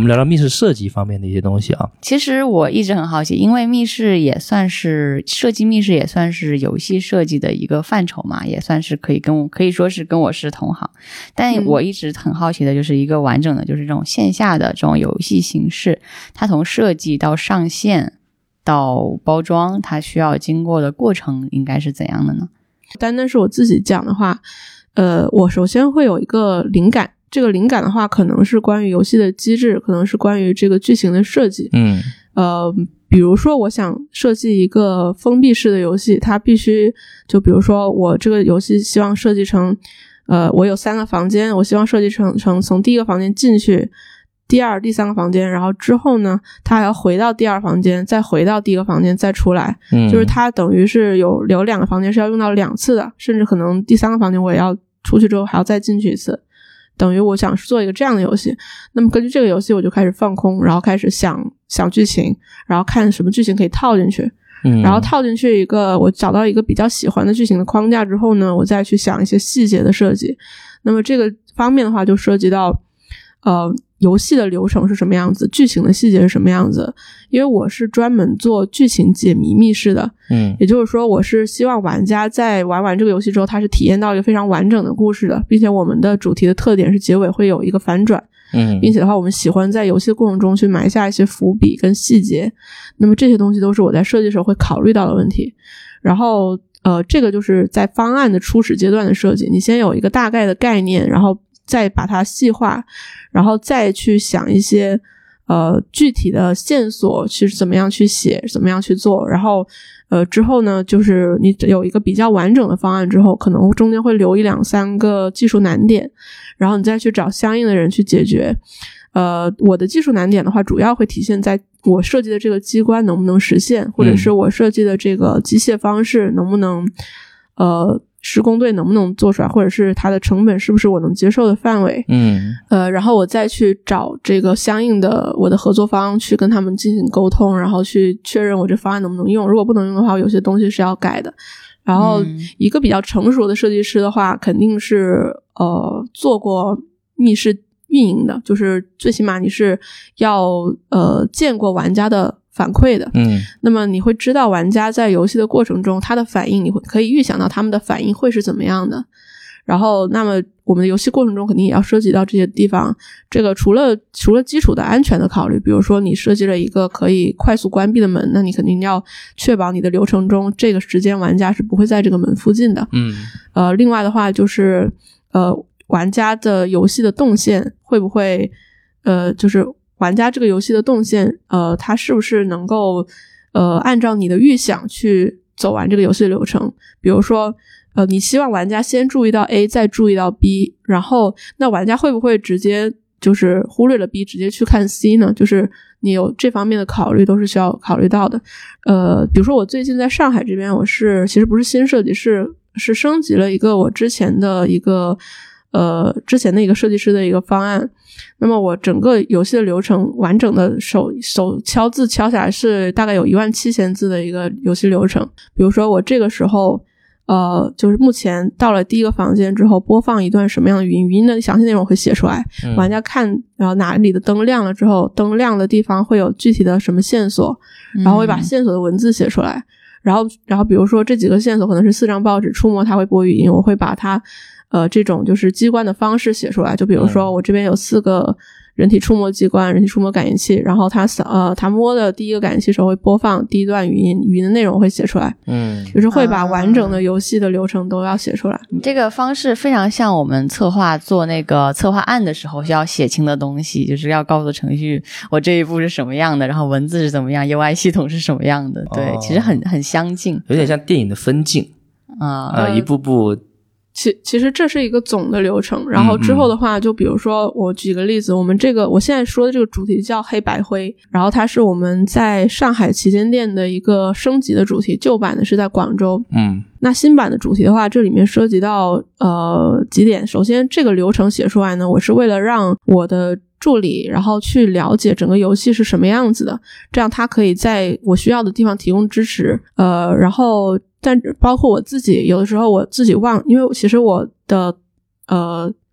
们聊聊密室设计方面的一些东西啊。 其实我一直很好奇，因为密室也算是设计，密室也算是游戏设计的一个范畴嘛，也算是可以跟我可以说是跟我是同行。但我一直很好奇的就是一个完整的就是这种线下的这种游戏形式，它从设计到上线到包装，它需要经过的过程应该是怎样的呢？ 单单是我自己讲的话，呃，我首先会有一个灵感，这个灵感的话可能是关于游戏的机制，可能是关于这个剧情的设计。 嗯， 呃，比如说我想设计一个封闭式的游戏，它必须就比如说我这个游戏希望设计成呃，我有三个房间，我希望设计成成从第一个房间进去，第二第三个房间，然后之后呢他还要回到第二房间，再回到第一个房间再出来。嗯，就是他等于是有有两个房间是要用到两次的，甚至可能第三个房间我也要出去之后还要再进去一次，等于我想做一个这样的游戏。那么根据这个游戏我就开始放空，然后开始想想剧情，然后看什么剧情可以套进去。嗯，然后套进去一个我找到一个比较喜欢的剧情的框架之后呢，我再去想一些细节的设计。那么这个方面的话就涉及到呃游戏的流程是什么样子，剧情的细节是什么样子。因为我是专门做剧情解谜密室的，嗯，也就是说我是希望玩家在玩完这个游戏之后他是体验到一个非常完整的故事的，并且我们的主题的特点是结尾会有一个反转，嗯，并且的话我们喜欢在游戏过程中去埋下一些伏笔跟细节。那么这些东西都是我在设计的时候会考虑到的问题。然后呃，这个就是在方案的初始阶段的设计，你先有一个大概的概念，然后再把它细化，然后再去想一些呃具体的线索是怎么样去写，怎么样去做。然后呃之后呢，就是你有一个比较完整的方案之后，可能中间会留一两三个技术难点，然后你再去找相应的人去解决。呃我的技术难点的话主要会体现在我设计的这个机关能不能实现，或者是我设计的这个机械方式能不能呃施工队能不能做出来，或者是它的成本是不是我能接受的范围。嗯，呃，然后我再去找这个相应的我的合作方去跟他们进行沟通，然后去确认我这方案能不能用。如果不能用的话，有些东西是要改的。然后一个比较成熟的设计师的话，肯定是呃做过密室运营的，就是最起码你是要呃见过玩家的反馈的。嗯，那么你会知道玩家在游戏的过程中他的反应，你会可以预想到他们的反应会是怎么样的。然后那么我们的游戏过程中肯定也要涉及到这些地方。这个除了除了基础的安全的考虑，比如说你设计了一个可以快速关闭的门，那你肯定要确保你的流程中这个时间玩家是不会在这个门附近的。嗯，呃另外的话就是呃玩家的游戏的动线会不会呃就是玩家这个游戏的动线呃它是不是能够呃按照你的预想去走完这个游戏的流程。比如说呃你希望玩家先注意到 A 再注意到 B， 然后那玩家会不会直接就是忽略了 B 直接去看 C 呢？就是你有这方面的考虑都是需要考虑到的。呃比如说我最近在上海这边，我是其实不是新设计，是是升级了一个我之前的一个呃，之前的一个设计师的一个方案。那么我整个游戏的流程完整的手手敲字敲下来是大概有一万七千字的一个游戏流程。比如说我这个时候呃，就是目前到了第一个房间之后播放一段什么样的语音，语音的详细内容会写出来。嗯，玩家看然后哪里的灯亮了之后，灯亮的地方会有具体的什么线索，然后会把线索的文字写出来。然后然后比如说这几个线索可能是四张报纸，触摸它会播语音，我会把它呃，这种就是机关的方式写出来。就比如说我这边有四个人体触摸机关，人体触摸感应器，然后它呃，它摸的第一个感应器时候会播放第一段语音，语音的内容会写出来。嗯，就是会把完整的游戏的流程都要写出来。 这个方式非常像我们策划做那个策划案的时候需要写清的东西，就是要告诉程序我这一步是什么样的，然后文字是怎么样， U I 系统是什么样的。对，哦，其实很很相近， 有点像电影的分镜啊，呃，一步步。 其其实这是一个总的流程，然后之后的话，就比如说我举个例子，我们这个我现在说的这个主题叫黑白灰，然后它是我们在上海旗舰店的一个升级的主题，旧版的是在广州。嗯，那新版的主题的话，这里面涉及到呃几点。首先这个流程写出来呢，我是为了让我的助理然后去了解整个游戏是什么样子的，这样他可以在我需要的地方提供支持。呃然后但包括我自己有的时候我自己忘，因为其实我的呃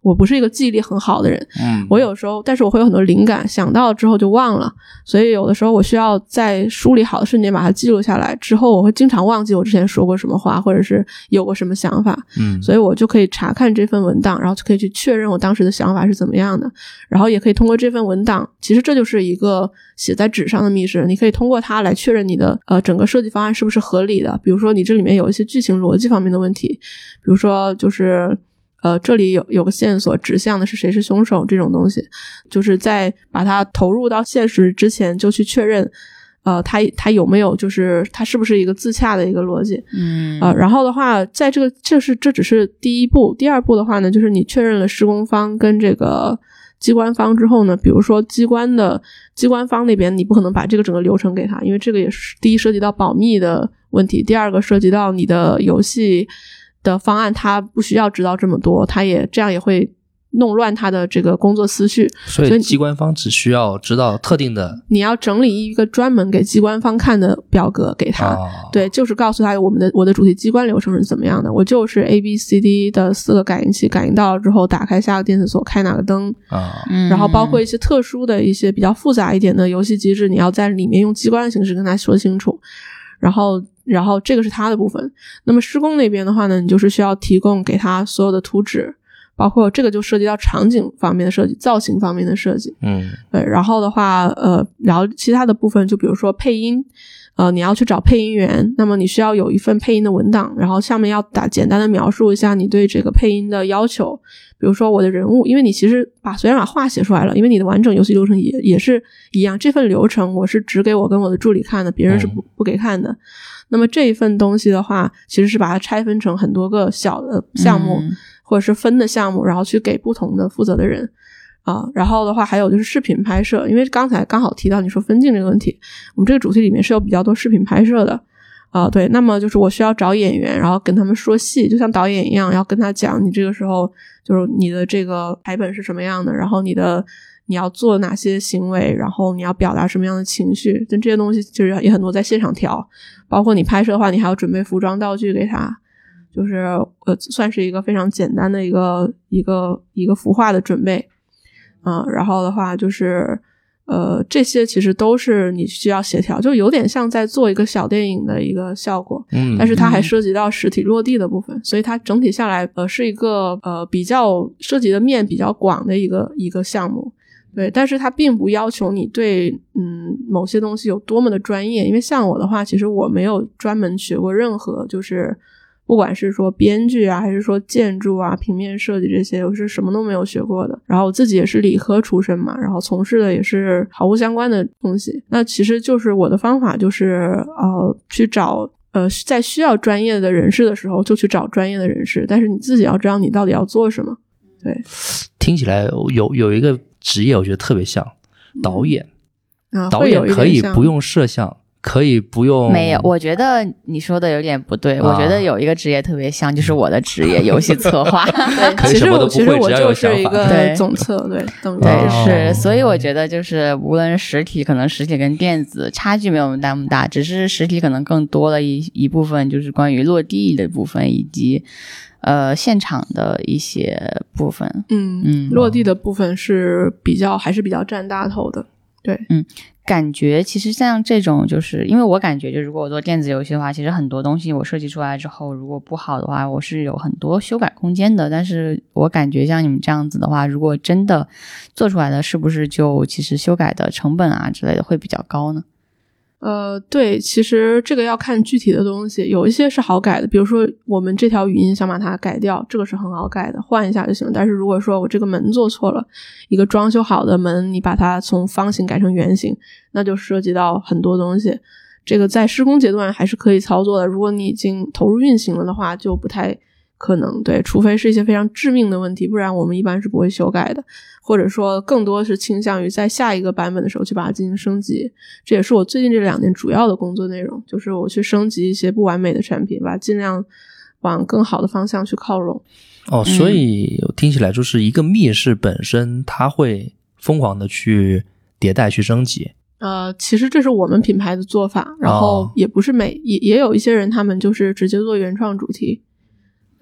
我不是一个记忆力很好的人， 嗯， 我有时候但是我会有很多灵感，想到之后就忘了，所以有的时候我需要在梳理好的瞬间把它记录下来，之后我会经常忘记我之前说过什么话，或者是有过什么想法， 嗯， 所以我就可以查看这份文档，然后就可以去确认我当时的想法是怎么样的，然后也可以通过这份文档，其实这就是一个写在纸上的密室，你可以通过它来确认你的呃整个设计方案是不是合理的，比如说你这里面有一些剧情逻辑方面的问题，比如说就是呃，这里有有个线索指向的是谁是凶手，这种东西就是在把它投入到现实之前就去确认呃，它它有没有就是它是不是一个自洽的一个逻辑， 嗯呃，然后的话在这个这是这只是第一步，第二步的话呢就是你确认了施工方跟这个机关方之后呢，比如说机关的机关方那边你不可能把这个整个流程给他，因为这个也是第一涉及到保密的问题，第二个涉及到你的游戏的方案，他不需要知道这么多，他也这样也会弄乱他的这个工作思绪， 所以机关方只需要知道特定的， 你要整理一个专门给机关方看的表格给他、哦、对，就是告诉他我们的我的主题机关流程是怎么样的，我就是 A B C D 的四个感应器，感应到了之后打开下个电子锁，开哪个灯啊、哦，然后包括一些特殊的一些比较复杂一点的游戏机制，你要在里面用机关的形式跟他说清楚，然后然后这个是他的部分。那么施工那边的话呢，你就是需要提供给他所有的图纸，包括这个就涉及到场景方面的设计，造型方面的设计， 嗯， 对，然后的话呃，然后其他的部分就比如说配音，呃，你要去找配音员，那么你需要有一份配音的文档，然后上面要打简单的描述一下你对这个配音的要求，比如说我的人物，因为你其实把虽然把话写出来了，因为你的完整游戏流程也也是一样，这份流程我是只给我跟我的助理看的，别人是不、嗯、不给看的。那么这一份东西的话，其实是把它拆分成很多个小的项目、嗯、或者是分的项目，然后去给不同的负责的人啊。然后的话还有就是视频拍摄，因为刚才刚好提到你说分镜这个问题，我们这个主题里面是有比较多视频拍摄的啊。对，那么就是我需要找演员，然后跟他们说戏，就像导演一样，要跟他讲你这个时候就是你的这个台本是什么样的，然后你的你要做哪些行为，然后你要表达什么样的情绪，但这些东西就是也很多在现场调，包括你拍摄的话你还要准备服装道具给他，就是呃算是一个非常简单的一个一个一个服化的准备啊、呃。然后的话就是呃这些其实都是你需要协调，就有点像在做一个小电影的一个效果，嗯，但是它还涉及到实体落地的部分，所以它整体下来呃是一个呃比较涉及的面比较广的一个一个项目。对，但是它并不要求你对嗯某些东西有多么的专业，因为像我的话其实我没有专门学过任何就是不管是说编剧啊还是说建筑啊平面设计这些，我是什么都没有学过的，然后我自己也是理科出身嘛，然后从事的也是毫无相关的东西，那其实就是我的方法就是呃去找呃在需要专业的人士的时候就去找专业的人士，但是你自己要知道你到底要做什么。对， 听起来有有一个职业我觉得特别像导演、 嗯啊、 导演可以不用摄像，可以不用， 没有，我觉得你说的有点不对、啊、我觉得有一个职业特别像，就是我的职业游戏策划对，其实我其实我就是一个总策，对对对是，所以我觉得就是无论实体，可能实体跟电子差距没有那么大，只是实体可能更多了一一部分就是关于落地的部分以及呃，现场的一些部分， 嗯嗯，落地的部分是比较还是比较占大头的，对， 嗯，感觉其实像这种，就是因为我感觉，就如果我做电子游戏的话，其实很多东西我设计出来之后，如果不好的话，我是有很多修改空间的。但是我感觉像你们这样子的话，如果真的做出来的，是不是就其实修改的成本啊之类的会比较高呢？ 呃，对，其实这个要看具体的东西，有一些是好改的，比如说我们这条语音想把它改掉，这个是很好改的，换一下就行。但是如果说我这个门做错了，一个装修好的门，你把它从方形改成圆形，那就涉及到很多东西，这个在施工阶段还是可以操作的，如果你已经投入运行了的话就不太可能，对，除非是一些非常致命的问题，不然我们一般是不会修改的，或者说更多是倾向于在下一个版本的时候去把它进行升级，这也是我最近这两年主要的工作内容，就是我去升级一些不完美的产品，把它尽量往更好的方向去靠拢。 哦，所以听起来就是一个密室本身它会疯狂的去迭代去升级。 呃，其实这是我们品牌的做法，然后也不是每、哦、也也有一些人他们就是直接做原创主题。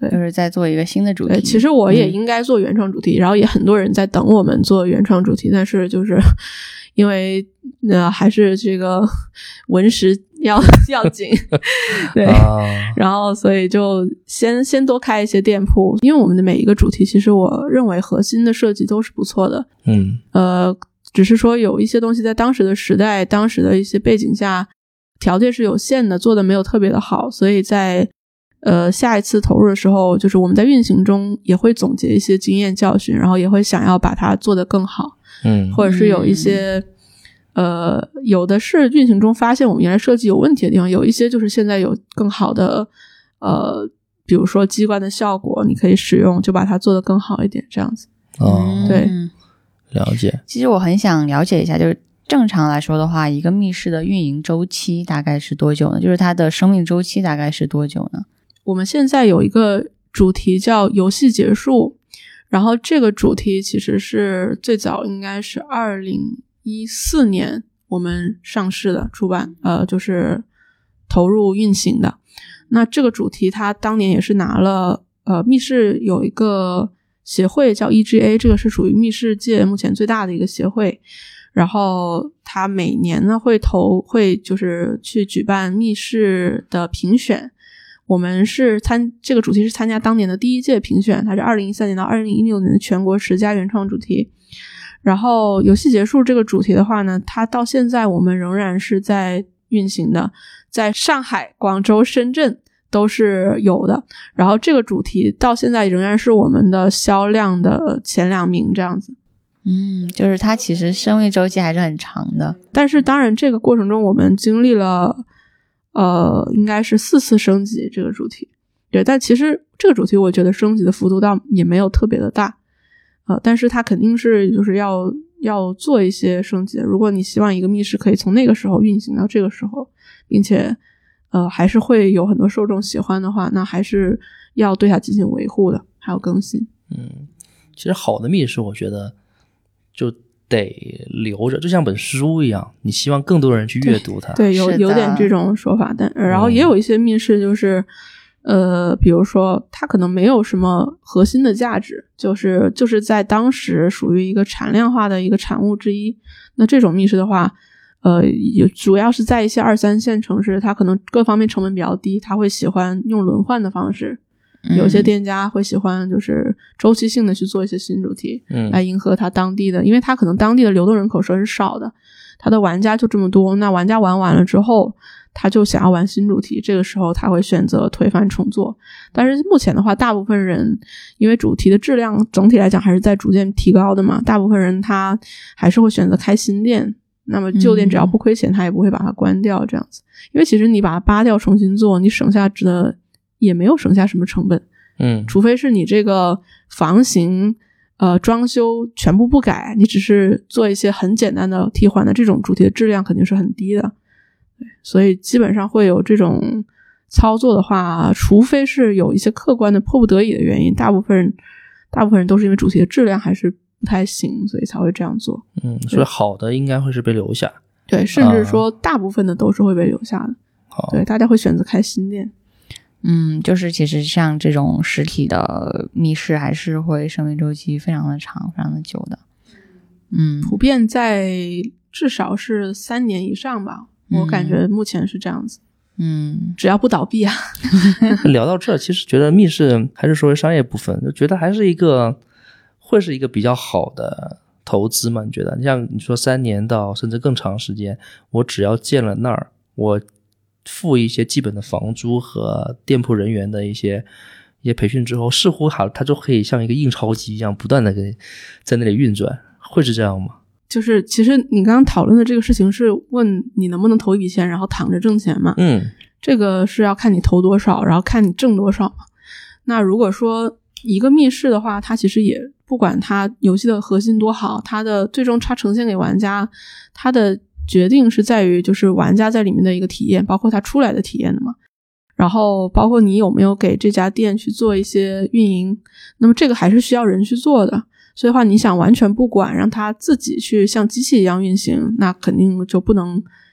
就是在做一个新的主题。 对，其实我也应该做原创主题、嗯、然后也很多人在等我们做原创主题，但是就是因为呃还是这个文食要要紧对、啊、然后所以就先先多开一些店铺，因为我们的每一个主题其实我认为核心的设计都是不错的， 嗯呃只是说有一些东西在当时的时代当时的一些背景下条件是有限的，做的没有特别的好，所以在呃下一次投入的时候，就是我们在运行中也会总结一些经验教训，然后也会想要把它做得更好， 嗯， 或者是有一些、嗯、呃有的是运行中发现我们原来设计有问题的地方，有一些就是现在有更好的呃比如说机关的效果你可以使用，就把它做得更好一点这样子。 哦， 对， 了解。 其实我很想了解一下，就是正常来说的话，一个密室的运营周期大概是多久呢？就是它的生命周期大概是多久呢？ 我们现在有一个主题叫游戏结束，然后这个主题其实是最早应该是二零一四年我们上市的出版，呃，就是投入运行的。那这个主题它当年也是拿了呃密室有一个协会叫 E G A， 这个是属于密室界目前最大的一个协会，然后他每年呢会投会就是去举办密室的评选，我们是参这个主题是参加当年的第一届评选，它是二零一三年到二零一六年的全国十佳原创主题。然后游戏结束这个主题的话呢，它到现在我们仍然是在运行的，在上海、广州、深圳都是有的，然后这个主题到现在仍然是我们的销量的前两名这样子。 嗯，就是它其实生命周期还是很长的， 但是当然这个过程中我们经历了呃，应该是四次升级这个主题。对，但其实这个主题我觉得升级的幅度倒也没有特别的大，呃，但是它肯定是就是要要做一些升级的。如果你希望一个密室可以从那个时候运行到这个时候，并且呃还是会有很多受众喜欢的话，那还是要对它进行维护的，还有更新。 嗯，其实好的密室我觉得就得留着，就像本书一样，你希望更多人去阅读它。 对，对有有点这种说法，但然后也有一些密室就是、嗯、呃，比如说它可能没有什么核心的价值，就是就是在当时属于一个产量化的一个产物之一。那这种密室的话，呃，也主要是在一些二三线城市，它可能各方面成本比较低，它会喜欢用轮换的方式。有些店家会喜欢就是周期性的去做一些新主题、嗯、来迎合他当地的，因为他可能当地的流动人口是很少的，他的玩家就这么多，那玩家玩完了之后他就想要玩新主题，这个时候他会选择推翻重做。但是目前的话大部分人因为主题的质量整体来讲还是在逐渐提高的嘛，大部分人他还是会选择开新店，那么旧店只要不亏钱他也不会把它关掉这样子。因为其实你把它扒掉重新做，你省下的也没有省下什么成本， 嗯， 除非是你这个房型呃装修全部不改，你只是做一些很简单的替换的，这种主题的质量肯定是很低的。对，所以基本上会有这种操作的话，除非是有一些客观的迫不得已的原因，大部分人大部分人都是因为主题的质量还是不太行，所以才会这样做。 嗯，所以好的应该会是被留下。 对，甚至说大部分的都是会被留下的。 好、 对，大家会选择开新店。 嗯，就是其实像这种实体的密室还是会生命周期非常的长非常的久的。嗯， 普遍在至少是三年以上吧、嗯、我感觉目前是这样子。 嗯， 只要不倒闭啊。 聊到这其实觉得密室还是说为商业部分就觉得还是一个会是一个比较好的投资嘛？你觉得像你说三年到甚至更长时间，我只要建了那儿，我付一些基本的房租和店铺人员的一些一些培训之后，似乎好它就可以像一个印钞机一样不断的在那里运转，会是这样吗？ 就是其实你刚刚讨论的这个事情是问你能不能投一笔钱然后躺着挣钱嘛？ 嗯， 这个是要看你投多少然后看你挣多少嘛。那如果说一个密室的话，它其实也不管它游戏的核心多好，它的最终它呈现给玩家它的决定是在于就是玩家在里面的一个体验，包括他出来的体验的嘛，然后包括你有没有给这家店去做一些运营，那么这个还是需要人去做的。所以的话你想完全不管让他自己去像机器一样运行，那肯定就不能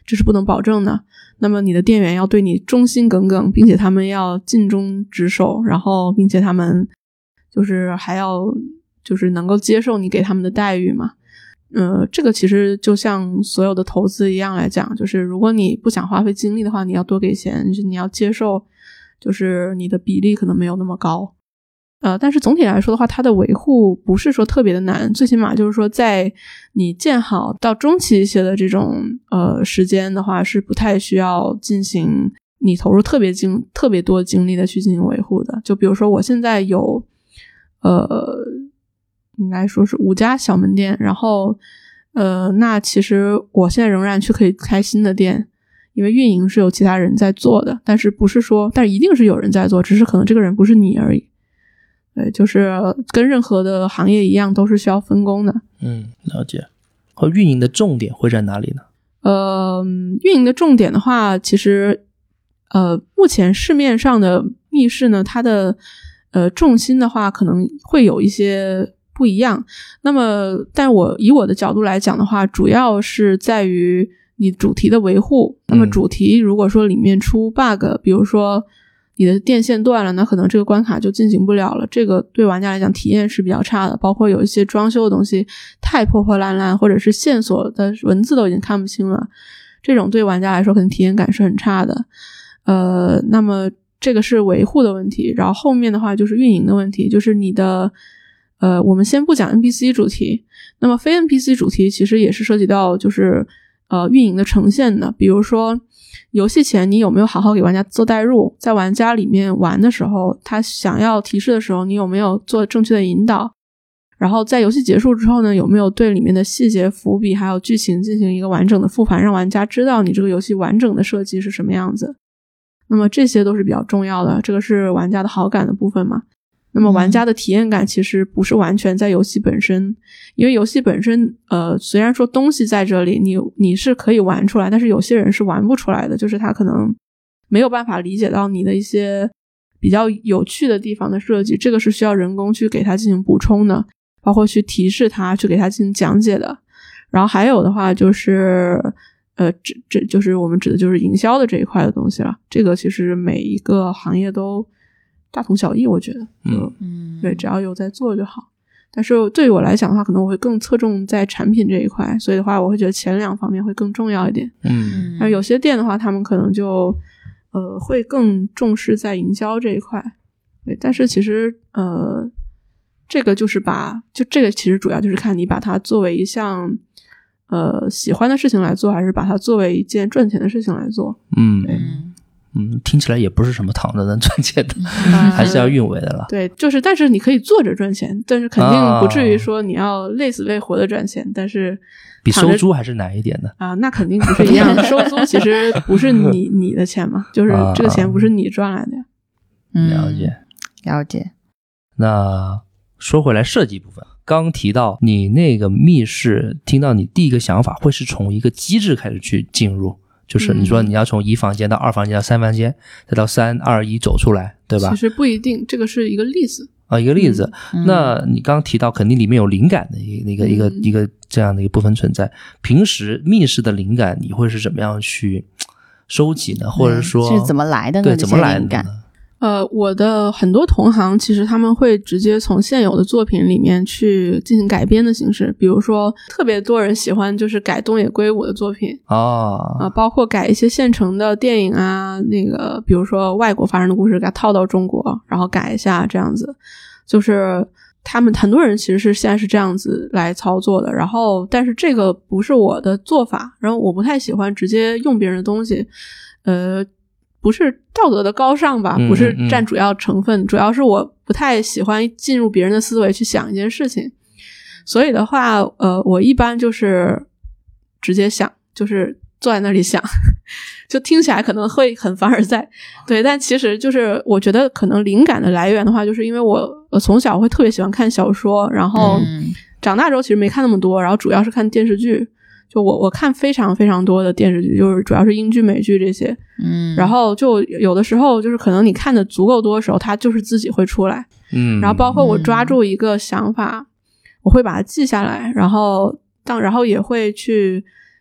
这是不能保证的。那么你的店员要对你忠心耿耿，并且他们要尽忠职守，然后并且他们就是还要就是能够接受你给他们的待遇嘛。呃，这个其实就像所有的投资一样来讲，就是如果你不想花费精力的话，你要多给钱，就是你要接受就是你的比例可能没有那么高。呃，但是总体来说的话，它的维护不是说特别的难，最起码就是说在你建好到中期一些的这种呃时间的话，是不太需要进行你投入特别精特别多精力的去进行维护的。就比如说我现在有呃应该说是五家小门店，然后呃那其实我现在仍然去可以开新的店，因为运营是有其他人在做的，但是不是说但是一定是有人在做，只是可能这个人不是你而已。对，就是跟任何的行业一样，都是需要分工的。 嗯，了解。和运营的重点会在哪里呢？ 呃，运营的重点的话，其实呃，目前市面上的密室呢，它的呃重心的话，可能会有一些不一样。那么，但我以我的角度来讲的话，主要是在于你主题的维护。那么主题如果说里面出 bug， 比如说你的电线断了，那可能这个关卡就进行不了了，这个对玩家来讲体验是比较差的。包括有一些装修的东西太破破烂烂，或者是线索的文字都已经看不清了，这种对玩家来说可能体验感是很差的。呃，那么这个是维护的问题，然后后面的话就是运营的问题，就是你的呃，我们先不讲 N P C 主题，那么非 N P C 主题其实也是涉及到就是呃运营的呈现的。比如说游戏前你有没有好好给玩家做代入，在玩家里面玩的时候，他想要提示的时候你有没有做正确的引导，然后在游戏结束之后呢，有没有对里面的细节伏笔还有剧情进行一个完整的复盘，让玩家知道你这个游戏完整的设计是什么样子。那么这些都是比较重要的，这个是玩家的好感的部分嘛。那么玩家的体验感其实不是完全在游戏本身，因为游戏本身呃，虽然说东西在这里，你你是可以玩出来，但是有些人是玩不出来的，就是他可能没有办法理解到你的一些比较有趣的地方的设计，这个是需要人工去给他进行补充的，包括去提示他，去给他进行讲解的。然后还有的话就是呃，这这就是我们指的就是营销的这一块的东西了，这个其实每一个行业都大同小异，我觉得嗯嗯，对，只要有在做就好。但是对于我来讲的话，可能我会更侧重在产品这一块，所以的话我会觉得前两方面会更重要一点。 嗯， 而有些店的话他们可能就呃会更重视在营销这一块。对，但是其实呃这个就是把就这个其实主要就是看你把它作为一项呃喜欢的事情来做，还是把它作为一件赚钱的事情来做。 嗯嗯嗯，听起来也不是什么躺着能赚钱的， 嗯、还是要运维的了。 对，就是但是你可以坐着赚钱，但是肯定不至于说你要累死累活的赚钱，啊、但是比收租还是难一点的啊，那肯定不是一样的。收租其实不是你你的钱嘛，就是这个钱不是你赚来的呀。 嗯，了解了解。 那说回来设计部分，刚提到你那个密室，听到你第一个想法会是从一个机制开始去进入。就是你说你要从一房间到二房间到三房间，再到三二一走出来，对吧？ 其实不一定，这个是一个例子啊，一个例子。 嗯、 那你刚刚提到肯定里面有灵感的一个、嗯、一个一个这样的一个部分存在。平时密室的灵感你会是怎么样去收集呢？或者说是怎么来的呢？ 对，怎么来的呢？ 呃，我的很多同行其实他们会直接从现有的作品里面去进行改编的形式，比如说特别多人喜欢就是改东野圭吾的作品哦， 啊、呃，包括改一些现成的电影啊，那个比如说外国发生的故事给它套到中国，然后改一下这样子，就是他们很多人其实是现在是这样子来操作的。然后但是这个不是我的做法，然后我不太喜欢直接用别人的东西，呃。不是道德的高尚吧，不是占主要成分，嗯嗯主要是我不太喜欢进入别人的思维去想一件事情，所以的话呃，我一般就是直接想，就是坐在那里想就听起来可能会很凡尔赛，对，但其实就是我觉得可能灵感的来源的话，就是因为我我从小会特别喜欢看小说，然后长大之后其实没看那么多，然后主要是看电视剧，就我我看非常非常多的电视剧，就是主要是英剧美剧这些，嗯，然后就有的时候就是可能你看的足够多的时候，它就是自己会出来，嗯，然后包括我抓住一个想法，嗯、我会把它记下来，然后当然后也会去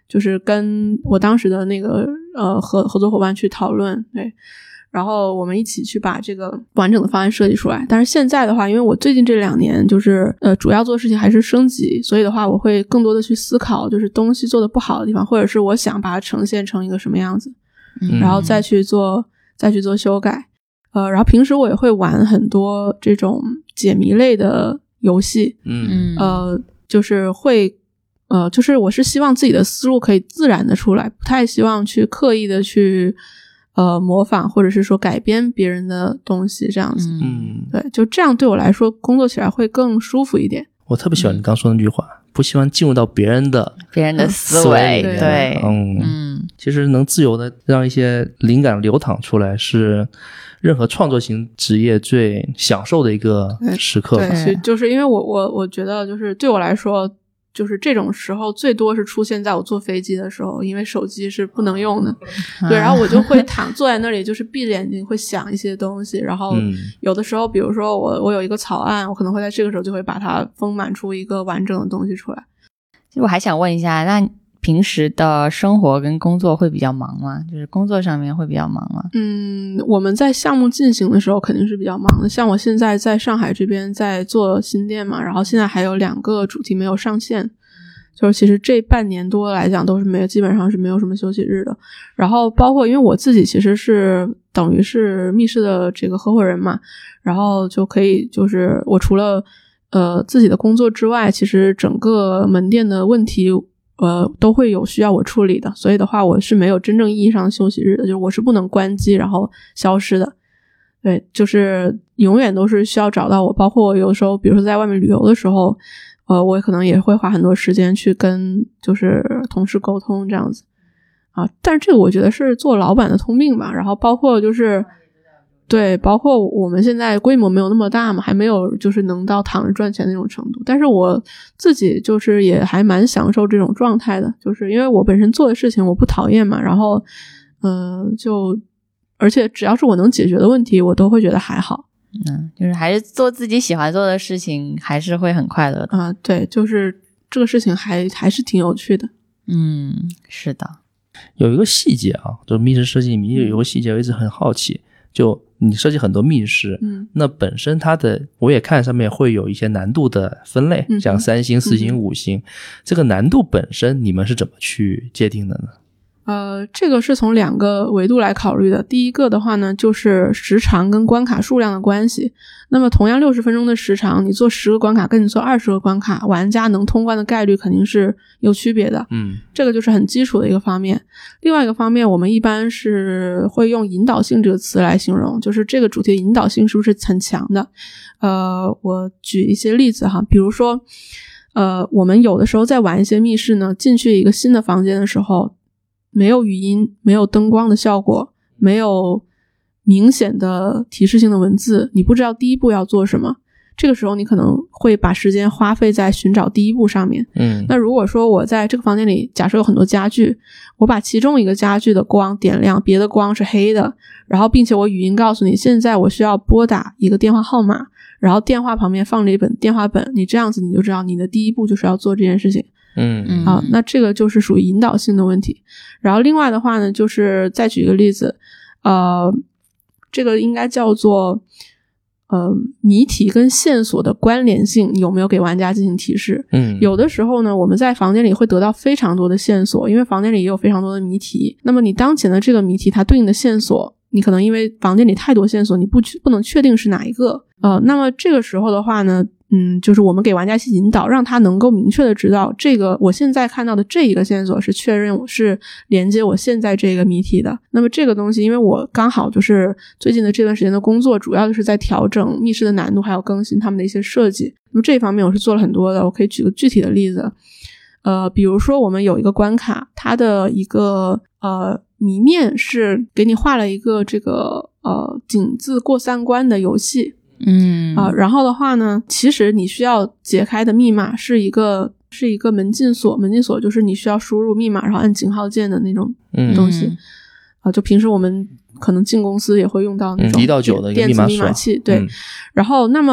就是跟我当时的那个呃合合作伙伴去讨论，对，然后我们一起去把这个完整的方案设计出来。但是现在的话，因为我最近这两年就是呃主要做的事情还是升级，所以的话我会更多的去思考就是东西做的不好的地方，或者是我想把它呈现成一个什么样子， 嗯、 然后再去做再去做修改。呃，然后平时我也会玩很多这种解谜类的游戏， 嗯呃，就是会呃，就是我是希望自己的思路可以自然的出来，不太希望去刻意的去呃模仿或者是说改编别人的东西这样子。 嗯， 对，就这样对我来说工作起来会更舒服一点。 我特别喜欢你刚说那句话，不希望进入到别人的别人的思维， 对对， 嗯嗯， 其实能自由的让一些灵感流淌出来，是任何创作型职业最享受的一个时刻。 对，对，就是因为我我我觉得就是对我来说，就是这种时候最多是出现在我坐飞机的时候，因为手机是不能用的。 啊、 对，然后我就会躺坐在那里，就是闭着眼睛会想一些东西，然后有的时候比如说我我有一个草案，我可能会在这个时候就会把它丰满出一个完整的东西出来。 其实我还想问一下，那平时的生活跟工作会比较忙吗？就是工作上面会比较忙吗？ 嗯，我们在项目进行的时候肯定是比较忙的。像我现在在上海这边在做新店嘛，然后现在还有两个主题没有上线，就是其实这半年多来讲都是没有，基本上是没有什么休息日的。然后包括因为我自己其实是等于是密室的这个合伙人嘛，然后就可以就是我除了呃自己的工作之外，其实整个门店的问题呃，都会有需要我处理的，所以的话我是没有真正意义上的休息日的，就是我是不能关机然后消失的。对，就是永远都是需要找到我，包括我有时候比如说在外面旅游的时候，呃，我可能也会花很多时间去跟就是同事沟通这样子啊。但是这个我觉得是做老板的通病吧，然后包括就是对，包括我们现在规模没有那么大嘛，还没有就是能到躺着赚钱那种程度，但是我自己就是也还蛮享受这种状态的，就是因为我本身做的事情我不讨厌嘛，然后嗯、呃，就而且只要是我能解决的问题我都会觉得还好。 嗯，就是还是做自己喜欢做的事情还是会很快乐的啊、呃，对，就是这个事情还还是挺有趣的。 嗯，是的。 有一个细节啊，就密室设计里面有个细节我一直很好奇，就你设计很多密室， 嗯， 那本身它的我也看上面会有一些难度的分类， 嗯、 像三星、四星、 嗯、 五星，这个难度本身你们是怎么去界定的呢？ 呃，这个是从两个维度来考虑的。第一个的话呢，就是时长跟关卡数量的关系。那么同样六十分钟的时长，你做十个关卡跟你做二十个关卡，玩家能通关的概率肯定是有区别的。 嗯， 这个就是很基础的一个方面。另外一个方面，我们一般是会用引导性这个词来形容，就是这个主题的引导性是不是很强的。呃，我举一些例子哈，比如说呃，我们有的时候在玩一些密室呢，进去一个新的房间的时候，没有语音，没有灯光的效果，没有明显的提示性的文字，你不知道第一步要做什么，这个时候你可能会把时间花费在寻找第一步上面。 嗯， 那如果说我在这个房间里假设有很多家具，我把其中一个家具的光点亮，别的光是黑的，然后并且我语音告诉你现在我需要拨打一个电话号码，然后电话旁边放着一本电话本，你这样子你就知道你的第一步就是要做这件事情。 嗯啊，那这个就是属于引导性的问题。然后另外的话呢，就是再举一个例子，呃，这个应该叫做呃谜题跟线索的关联性有没有给玩家进行提示。 嗯， 有的时候呢，我们在房间里会得到非常多的线索，因为房间里也有非常多的谜题。那么你当前的这个谜题它对应的线索，你可能因为房间里太多线索，你不不能确定是哪一个。呃，那么这个时候的话呢，嗯，就是我们给玩家一些引导，让他能够明确的知道这个我现在看到的这一个线索是确认我是连接我现在这个谜题的。那么这个东西因为我刚好就是最近的这段时间的工作主要就是在调整密室的难度还有更新他们的一些设计，那么这一方面我是做了很多的。我可以举个具体的例子，呃，比如说我们有一个关卡，它的一个呃谜面是给你画了一个这个呃井字过三关的游戏。 嗯啊、呃，然后的话呢，其实你需要解开的密码是一个是一个门禁锁，门禁锁就是你需要输入密码然后按井号键的那种东西。啊、 嗯呃，就平时我们可能进公司也会用到那种一到九的一个电子密码锁密码器，对。 嗯、 然后那么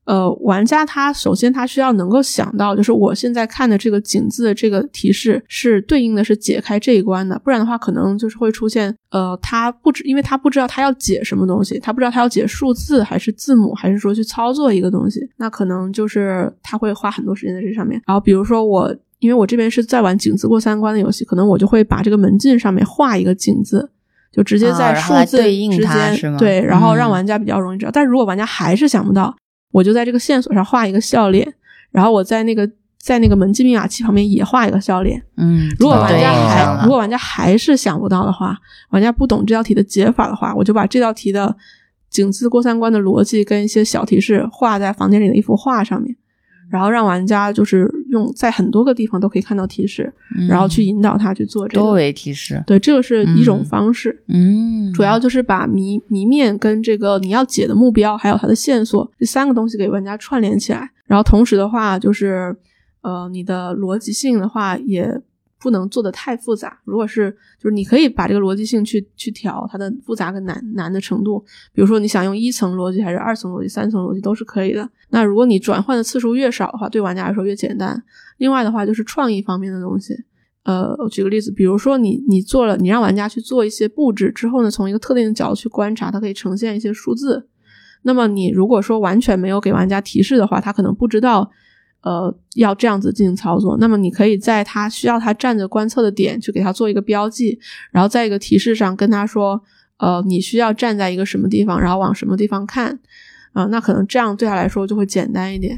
呃，玩家他首先他需要能够想到，就是我现在看的这个井字的这个提示是对应的是解开这一关的，不然的话可能就是会出现呃，他不知因为他不知道他要解什么东西，他不知道他要解数字还是字母，还是说去操作一个东西，那可能就是他会花很多时间在这上面。然后比如说我因为我这边是在玩井字过三关的游戏，可能我就会把这个门禁上面画一个井字，就直接在数字之间、哦、对，然后让玩家比较容易知道、嗯、但是如果玩家还是想不到，我就在这个线索上画一个笑脸，然后我在那个在那个门禁密码器旁边也画一个笑脸。嗯，如果玩家还、哦、如果玩家还是想不到的话，玩家不懂这道题的解法的话，我就把这道题的井字过三关的逻辑跟一些小提示画在房间里的一幅画上面，然后让玩家就是用在很多个地方都可以看到提示、嗯、然后去引导他去做这个多维提示。 对，这个是一种方式。嗯，主要就是把谜谜面跟这个你要解的目标还有它的线索这三个东西给玩家串联起来，然后同时的话就是呃，你的逻辑性的话也不能做得太复杂，如果是就是你可以把这个逻辑性去去调它的复杂跟难难的程度，比如说你想用一层逻辑还是二层逻辑三层逻辑都是可以的。那如果你转换的次数越少的话，对玩家来说越简单。另外的话就是创意方面的东西，呃，我举个例子，比如说你你做了你让玩家去做一些布置之后呢，从一个特定的角度去观察，它可以呈现一些数字，那么你如果说完全没有给玩家提示的话，他可能不知道呃，要这样子进行操作，那么你可以在他需要他站着观测的点去给他做一个标记，然后在一个提示上跟他说呃，你需要站在一个什么地方，然后往什么地方看啊、呃，那可能这样对他来说就会简单一点。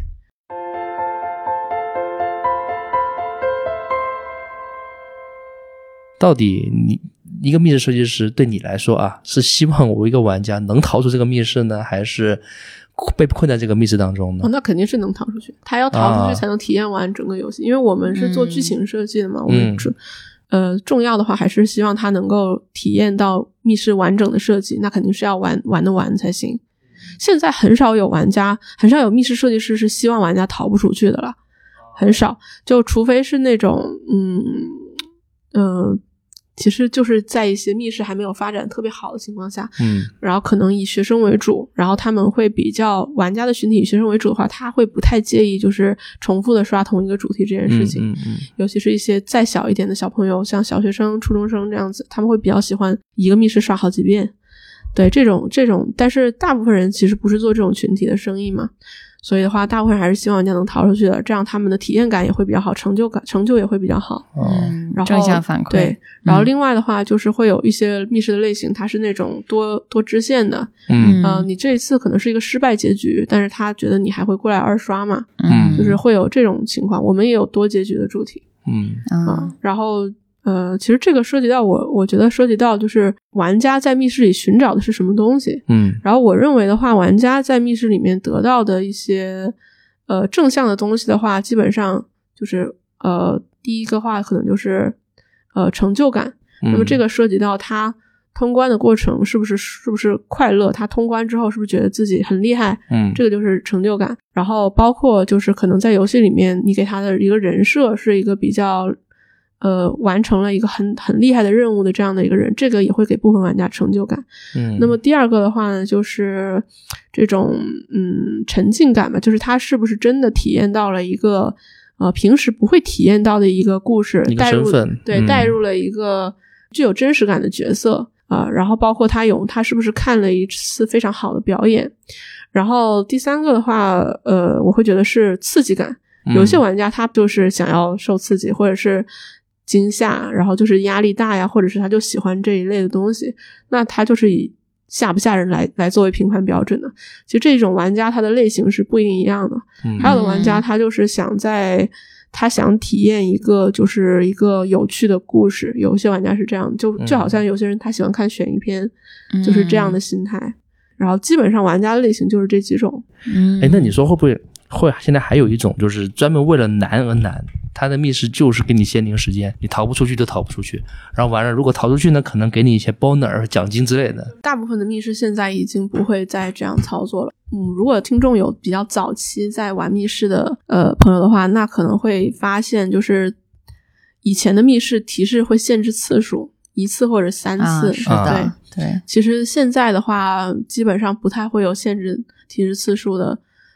到底你一个密室设计师对你来说啊，是希望我一个玩家能逃出这个密室呢，还是被困在这个密室当中呢？ 哦，那肯定是能逃出去，他要逃出去才能体验完整个游戏、啊、因为我们是做剧情设计的嘛、嗯、我们主呃重要的话还是希望他能够体验到密室完整的设计，那肯定是要玩玩得完才行。现在很少有玩家很少有密室设计师是希望玩家逃不出去的了，很少，就除非是那种嗯呃其实就是在一些密室还没有发展特别好的情况下，嗯，然后可能以学生为主，然后他们会比较玩家的群体以学生为主的话，他会不太介意就是重复的刷同一个主题这件事情，嗯嗯嗯，尤其是一些再小一点的小朋友，像小学生、初中生这样子，他们会比较喜欢一个密室刷好几遍，对，这种这种，但是大部分人其实不是做这种群体的生意嘛。所以的话大部分人还是希望人家能逃出去的，这样他们的体验感也会比较好，成就感成就也会比较好。 嗯， 然后正向反馈。 对，然后另外的话就是会有一些密室的类型，它是那种多多支线的。嗯，呃，你这一次可能是一个失败结局，但是他觉得你还会过来二刷嘛。嗯，就是会有这种情况。我们也有多结局的主题。嗯啊、呃，然后呃，其实这个涉及到我，我觉得涉及到就是玩家在密室里寻找的是什么东西。嗯，然后我认为的话，玩家在密室里面得到的一些呃正向的东西的话，基本上就是呃第一个话可能就是呃成就感。嗯、那么这个涉及到他通关的过程是不是是不是快乐，他通关之后是不是觉得自己很厉害。嗯，这个就是成就感。然后包括就是可能在游戏里面你给他的一个人设是一个比较呃，完成了一个很很厉害的任务的这样的一个人，这个也会给部分玩家成就感。嗯，那么第二个的话呢，就是这种嗯沉浸感吧，就是他是不是真的体验到了一个呃平时不会体验到的一个故事， 一个身份， 对、嗯，带入了一个具有真实感的角色啊、呃，然后包括他有他是不是看了一次非常好的表演，然后第三个的话，呃，我会觉得是刺激感。有些玩家他就是想要受刺激，或者是惊吓，然后就是压力大呀，或者是他就喜欢这一类的东西，那他就是以吓不吓人来来作为评判标准的。其实这种玩家他的类型是不一定一样的、嗯、还有的玩家他就是想在他想体验一个就是一个有趣的故事，有些玩家是这样，就就好像有些人他喜欢看悬疑片、嗯、就是这样的心态，然后基本上玩家的类型就是这几种。 嗯，诶，那你说会不会会现在还有一种就是专门为了难而难，他的密室就是给你限定时间，你逃不出去就逃不出去，然后完了如果逃出去呢，可能给你一些 bonus 奖金之类的。 大部分的密室现在已经不会再这样操作了。嗯，如果听众有比较早期在玩密室的呃朋友的话，那可能会发现就是以前的密室提示会限制次数，一次或者三次、啊、 是的， 对对。其实现在的话基本上不太会有限制提示次数的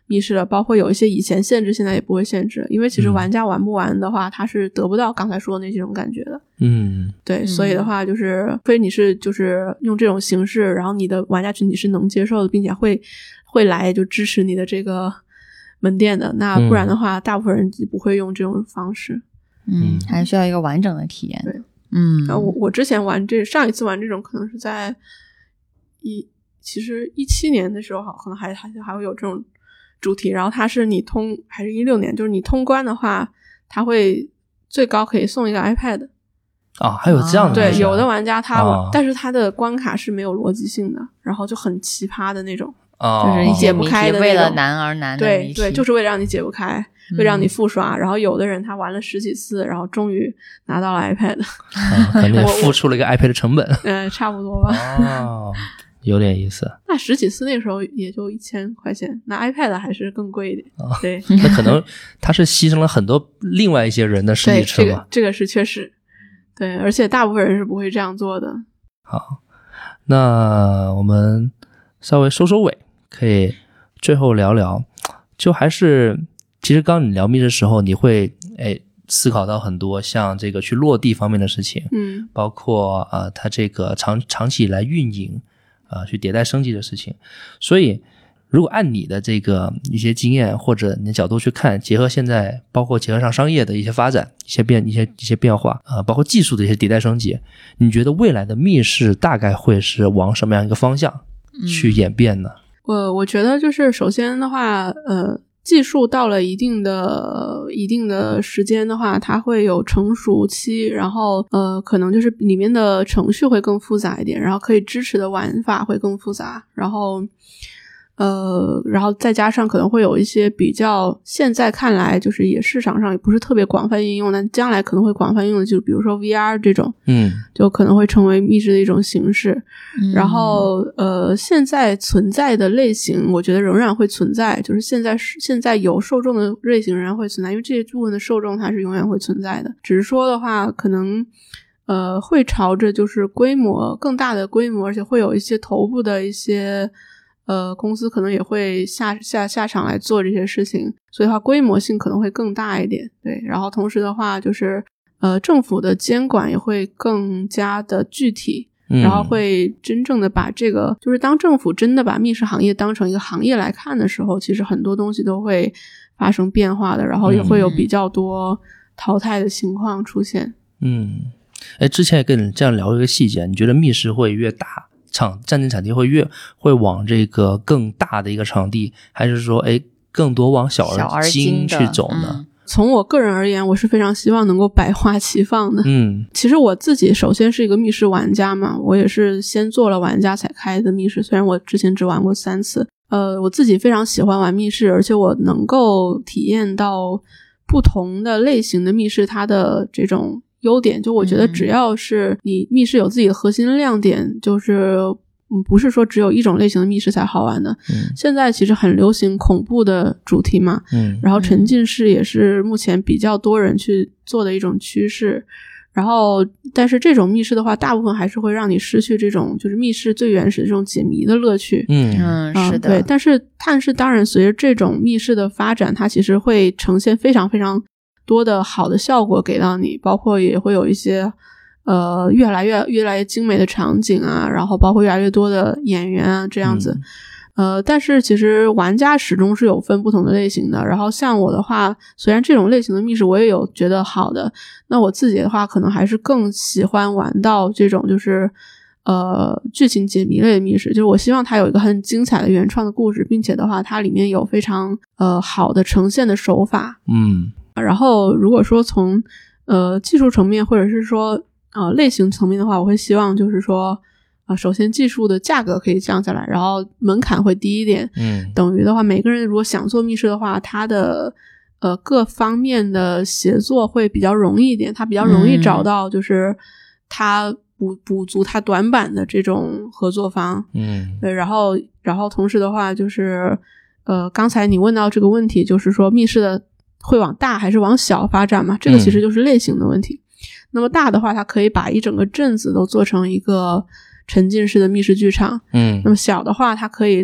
密室了，包括有一些以前限制现在也不会限制，因为其实玩家玩不玩的话、嗯、他是得不到刚才说的那种感觉的。 嗯， 对，所以的话就是除非你是就是用这种形式，然后你的玩家群体是能接受的，并且会会来就支持你的这个门店的，那不然的话、嗯、大部分人不会用这种方式。 嗯，还需要一个完整的体验。 对， 嗯， 然后我我之前玩这上一次玩这种可能是在一其实一七年的时候，可能还还还会有这种主题，然后它是你通还是一六年，就是你通关的话，它会最高可以送一个 iPad。 啊，还有这样的、啊、 对，有的玩家他、 啊、 但是他的关卡是没有逻辑性的，然后就很奇葩的那种。 哦， 就是你解不开的那种， 为了难而难的谜题。 对对，就是为了让你解不开，为了让你复刷、嗯、然后有的人他玩了十几次，然后终于拿到了 iPad、 嗯、可能也付出了一个 iPad 的成本。 嗯，差不多吧。 哦，有点意思。 那十几次那个时候也就一千块钱，那 iPad 还是更贵一点、哦、对。 那可能他是牺牲了很多另外一些人的实际车嘛。 对，这个这个是确实。对，而且大部分人是不会这样做的。 好，那我们稍微收收尾，可以最后聊聊，就还是其实刚刚你聊密室的时候，你会哎思考到很多像这个去落地方面的事情， 嗯， 包括啊、呃、它这个长长期以来运营啊、呃、去迭代升级的事情，所以。如果按你的这个一些经验或者你的角度去看，结合现在包括结合上商业的一些发展，一些变一些一些变化啊、呃，包括技术的一些迭代升级，你觉得未来的密室大概会是往什么样一个方向去演变呢？ 我、嗯、我觉得就是首先的话，呃，技术到了一定的一定的时间的话，它会有成熟期，然后呃，可能就是里面的程序会更复杂一点，然后可以支持的玩法会更复杂，然后。呃，然后再加上可能会有一些比较现在看来就是也市场上也不是特别广泛应用，但将来可能会广泛应用的，就比如说 V R 这种， 嗯， 就可能会成为密室的一种形式。 嗯、 然后呃，现在存在的类型，我觉得仍然会存在，就是现在现在有受众的类型仍然会存在，因为这一部分的受众它是永远会存在的，只是说的话，可能呃会朝着就是规模更大的规模，而且会有一些头部的一些。呃，公司可能也会下下下场来做这些事情，所以的话规模性可能会更大一点，对。然后同时的话，就是呃，政府的监管也会更加的具体， 嗯、 然后会真正的把这个，就是当政府真的把密室行业当成一个行业来看的时候，其实很多东西都会发生变化的，然后也会有比较多淘汰的情况出现。 嗯，哎，之前也跟你这样聊一个细节，你觉得密室会越大？场战争场地会越会往这个更大的一个场地，还是说哎更多往小而精去走呢？ 嗯、从我个人而言，我是非常希望能够百花齐放的。 嗯， 其实我自己首先是一个密室玩家嘛，我也是先做了玩家才开的密室，虽然我之前只玩过三次。呃，我自己非常喜欢玩密室，而且我能够体验到不同的类型的密室它的这种优点，就我觉得只要是你密室有自己的核心亮点，嗯、就是嗯不是说只有一种类型的密室才好玩的。 嗯， 现在其实很流行恐怖的主题嘛， 嗯， 然后沉浸式也是目前比较多人去做的一种趋势。然后但是这种密室的话，大部分还是会让你失去这种就是密室最原始的这种解谜的乐趣。 嗯嗯，是的。 对，但是但是当然随着这种密室的发展，它其实会呈现非常非常多的好的效果给到你，包括也会有一些呃越来越越来越精美的场景啊，然后包括越来越多的演员啊这样子。嗯呃，但是其实玩家始终是有分不同的类型的，然后像我的话，虽然这种类型的密室我也有觉得好的，那我自己的话可能还是更喜欢玩到这种就是呃剧情解谜类的密室，就是我希望它有一个很精彩的原创的故事，并且的话它里面有非常呃好的呈现的手法。 嗯， 然后如果说从呃技术层面或者是说呃类型层面的话，我会希望就是说啊，首先技术的价格可以降下来，然后门槛会低一点。 嗯，等于的话，每个人如果想做密室的话，他的呃各方面的协作会比较容易一点，他比较容易找到就是他补补足他短板的这种合作方。 嗯， 对，然后然后同时的话就是呃，刚才你问到这个问题，就是说密室的会往大还是往小发展嘛？这个其实就是类型的问题。嗯、那么大的话，它可以把一整个镇子都做成一个沉浸式的密室剧场。 嗯， 那么小的话它可以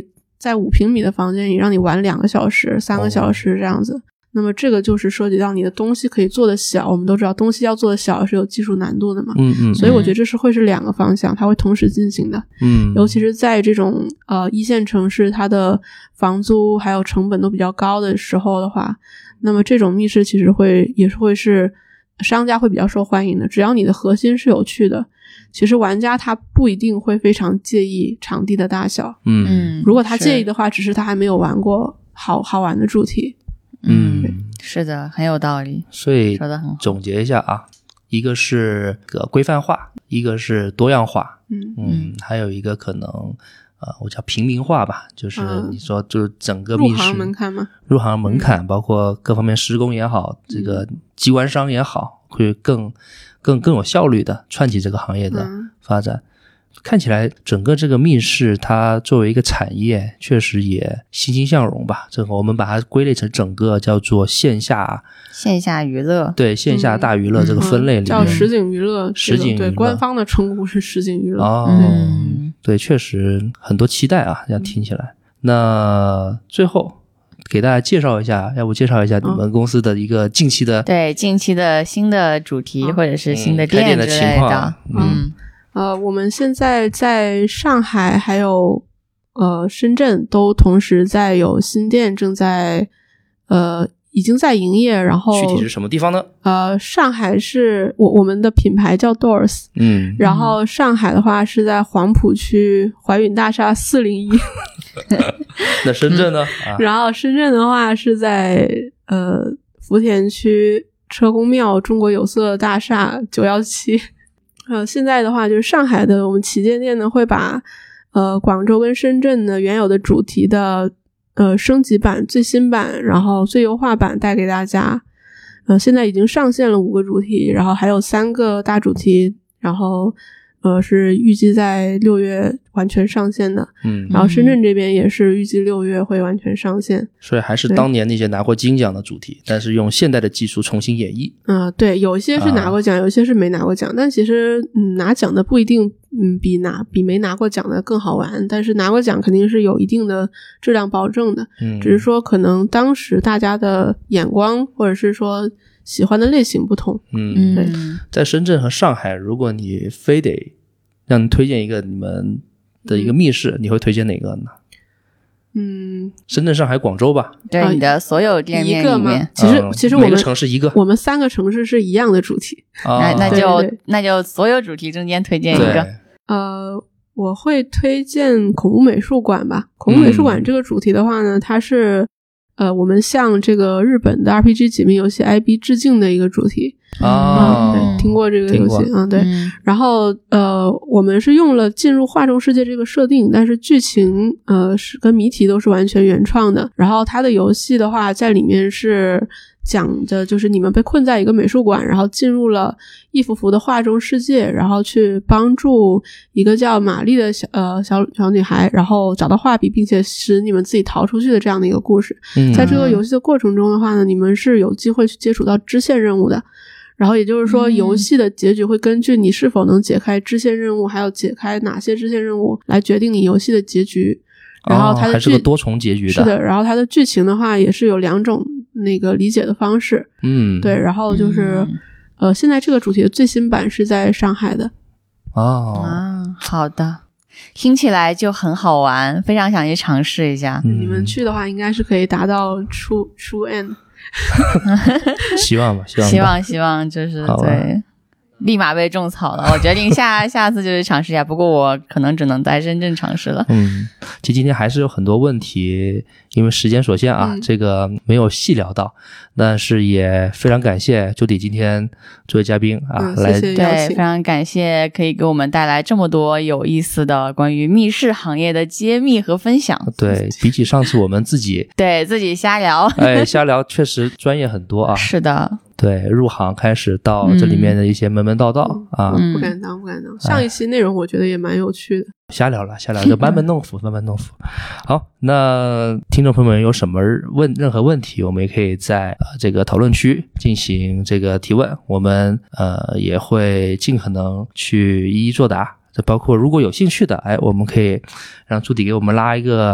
在五平米的房间里让你玩两个小时、三个小时这样子。哦，那么这个就是涉及到你的东西可以做的小，我们都知道东西要做的小是有技术难度的嘛， 嗯嗯， 所以我觉得这是会是两个方向，它会同时进行的， 嗯， 尤其是在这种呃一线城市，它的房租还有成本都比较高的时候的话，那么这种密室其实会也是会是商家会比较受欢迎的，只要你的核心是有趣的，其实玩家他不一定会非常介意场地的大小， 嗯， 如果他介意的话，只是他还没有玩过好好玩的主题。 嗯，是的，很有道理。 所以说得很好， 总结一下啊，一个是个规范化，一个是多样化， 嗯嗯，还有一个可能呃，我叫平民化吧，就是你说就是整个密室、 入行门槛吗？ 入行门槛、嗯、包括各方面施工也好，这个机关商也好，会更更更有效率的串起这个行业的发展。嗯，看起来整个这个密室它作为一个产业确实也欣欣向荣吧，这个我们把它归类成整个叫做线下线下娱乐， 对，线下大娱乐这个分类里面， 嗯、叫实景娱乐， 实景娱乐， 对，官方的称呼是实景娱乐。 哦， 嗯， 对，确实很多期待啊，这样听起来。嗯、那最后给大家介绍一下，要不介绍一下你们公司的一个近期的、 嗯、对近期的新的主题、嗯、或者是新的店之类的， 的嗯。嗯呃，我们现在在上海还有呃深圳都同时在有新店正在呃已经在营业，然后具体是什么地方呢？ 呃，上海是我我们的品牌叫 Doors， 嗯， 然后上海的话是在黄浦区怀允大厦四零一， 那深圳呢？啊、 然后深圳的话是在呃福田区车公庙中国有色大厦九一七。呃，现在的话就是上海的我们旗舰店呢会把呃广州跟深圳的原有的主题的呃升级版、最新版，然后最优化版带给大家。呃，现在已经上线了五个主题，然后还有三个大主题，然后呃是预计在六月完全上线的。 嗯， 然后深圳这边也是预计六月会完全上线。 所以还是当年那些拿过金奖的主题，但是用现代的技术重新演绎。 嗯、呃，对，有些是拿过奖、啊、有些是没拿过奖，但其实嗯拿奖的不一定嗯比拿比没拿过奖的更好玩，但是拿过奖肯定是有一定的质量保证的。 嗯， 只是说可能当时大家的眼光或者是说喜欢的类型不同。 嗯， 对。 在深圳和上海，如果你非得让你推荐一个你们的一个密室、嗯、你会推荐哪个呢？ 嗯， 深圳、上海、广州吧。 对、啊、你的所有店面里面， 一个吗？其实、嗯、其实我们每个城市一个， 我们三个城市是一样的主题。 哦、 那那就对对对那就所有主题中间推荐一个。 呃，我会推荐恐怖美术馆吧。恐怖美术馆这个主题的话呢，嗯、它是呃我们向这个日本的 R P G 解密游戏 I B 致敬的一个主题。 哦、 嗯，对，听过这个游戏啊、嗯？对、 嗯。 然后呃，我们是用了进入画中世界这个设定，但是剧情呃是跟谜题都是完全原创的。然后它的游戏的话，在里面是讲的就是你们被困在一个美术馆，然后进入了一幅幅的画中世界，然后去帮助一个叫玛丽的小呃小小女孩，然后找到画笔，并且使你们自己逃出去的这样的一个故事。 嗯， 在这个游戏的过程中的话呢，你们是有机会去接触到支线任务的。然后也就是说，游戏的结局会根据你是否能解开支线任务，还有解开哪些支线任务来决定你游戏的结局。然后它的剧、 哦、还是个多重结局的。 是的，然后它的剧情的话也是有两种那个理解的方式。 嗯， 对，然后就是、 嗯、 呃，现在这个主题的最新版是在上海的。 哦， 啊，好的，听起来就很好玩，非常想去尝试一下。 嗯、 你们去的话，应该是可以达到出出 end。 希望吧，希望吧， 希望希望就是对，立马被种草了。我决定下下次就是尝试一下，不过我可能只能在深圳尝试了。 嗯，其实今天还是有很多问题，因为时间所限啊， 嗯、 这个没有细聊到，但是也非常感谢朱迪今天作为嘉宾啊、 嗯、 来， 谢谢对，非常感谢可以给我们带来这么多有意思的关于密室行业的揭秘和分享。 对，比起上次我们自己对自己瞎聊， 哎，瞎聊确实专业很多啊。 是的。 对，入行开始到这里面的一些门门道道、 嗯、 啊、 嗯，不敢当不敢当。上一期内容我觉得也蛮有趣的， 瞎聊了瞎聊就班门弄斧班门弄斧。好，那听众朋友们有什么问任何问题，我们也可以在、呃、这个讨论区进行这个提问，我们呃也会尽可能去一一作答。这包括如果有兴趣的，哎，我们可以让朱迪给我们拉一个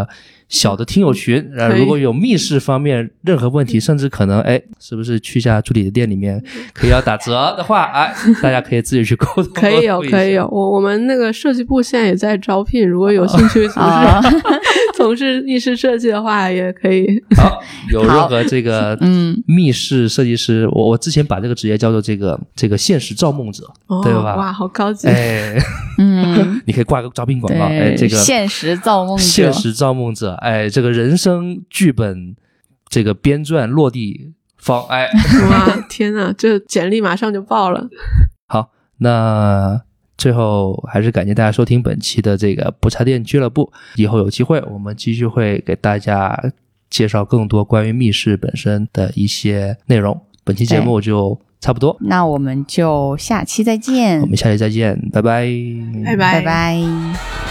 小的听友群，呃，如果有密室方面任何问题，甚至可能哎，是不是去一下助理的店里面可以要打折的话，哎，大家可以自己去沟通。 可以有，可以有。我我们那个设计部现在也在招聘，如果有兴趣从事、哦、从事密室设计的话，也可以。 好，有任何这个嗯密室设计师，我我之前把这个职业叫做这个这个现实造梦者， 哦、 对吧？ 哇，好高级。 哎，嗯，你可以挂个招聘广告，哎，这个现实造梦者， 现实造梦者。哎，这个人生剧本，这个编撰落地方，哎， 哇，天哪，这简历马上就爆了。 好，那最后还是感谢大家收听本期的这个不插电俱乐部。以后有机会，我们继续会给大家介绍更多关于密室本身的一些内容。本期节目就差不多， 那我们就下期再见。 我们下期再见，拜拜， 拜拜， 拜拜。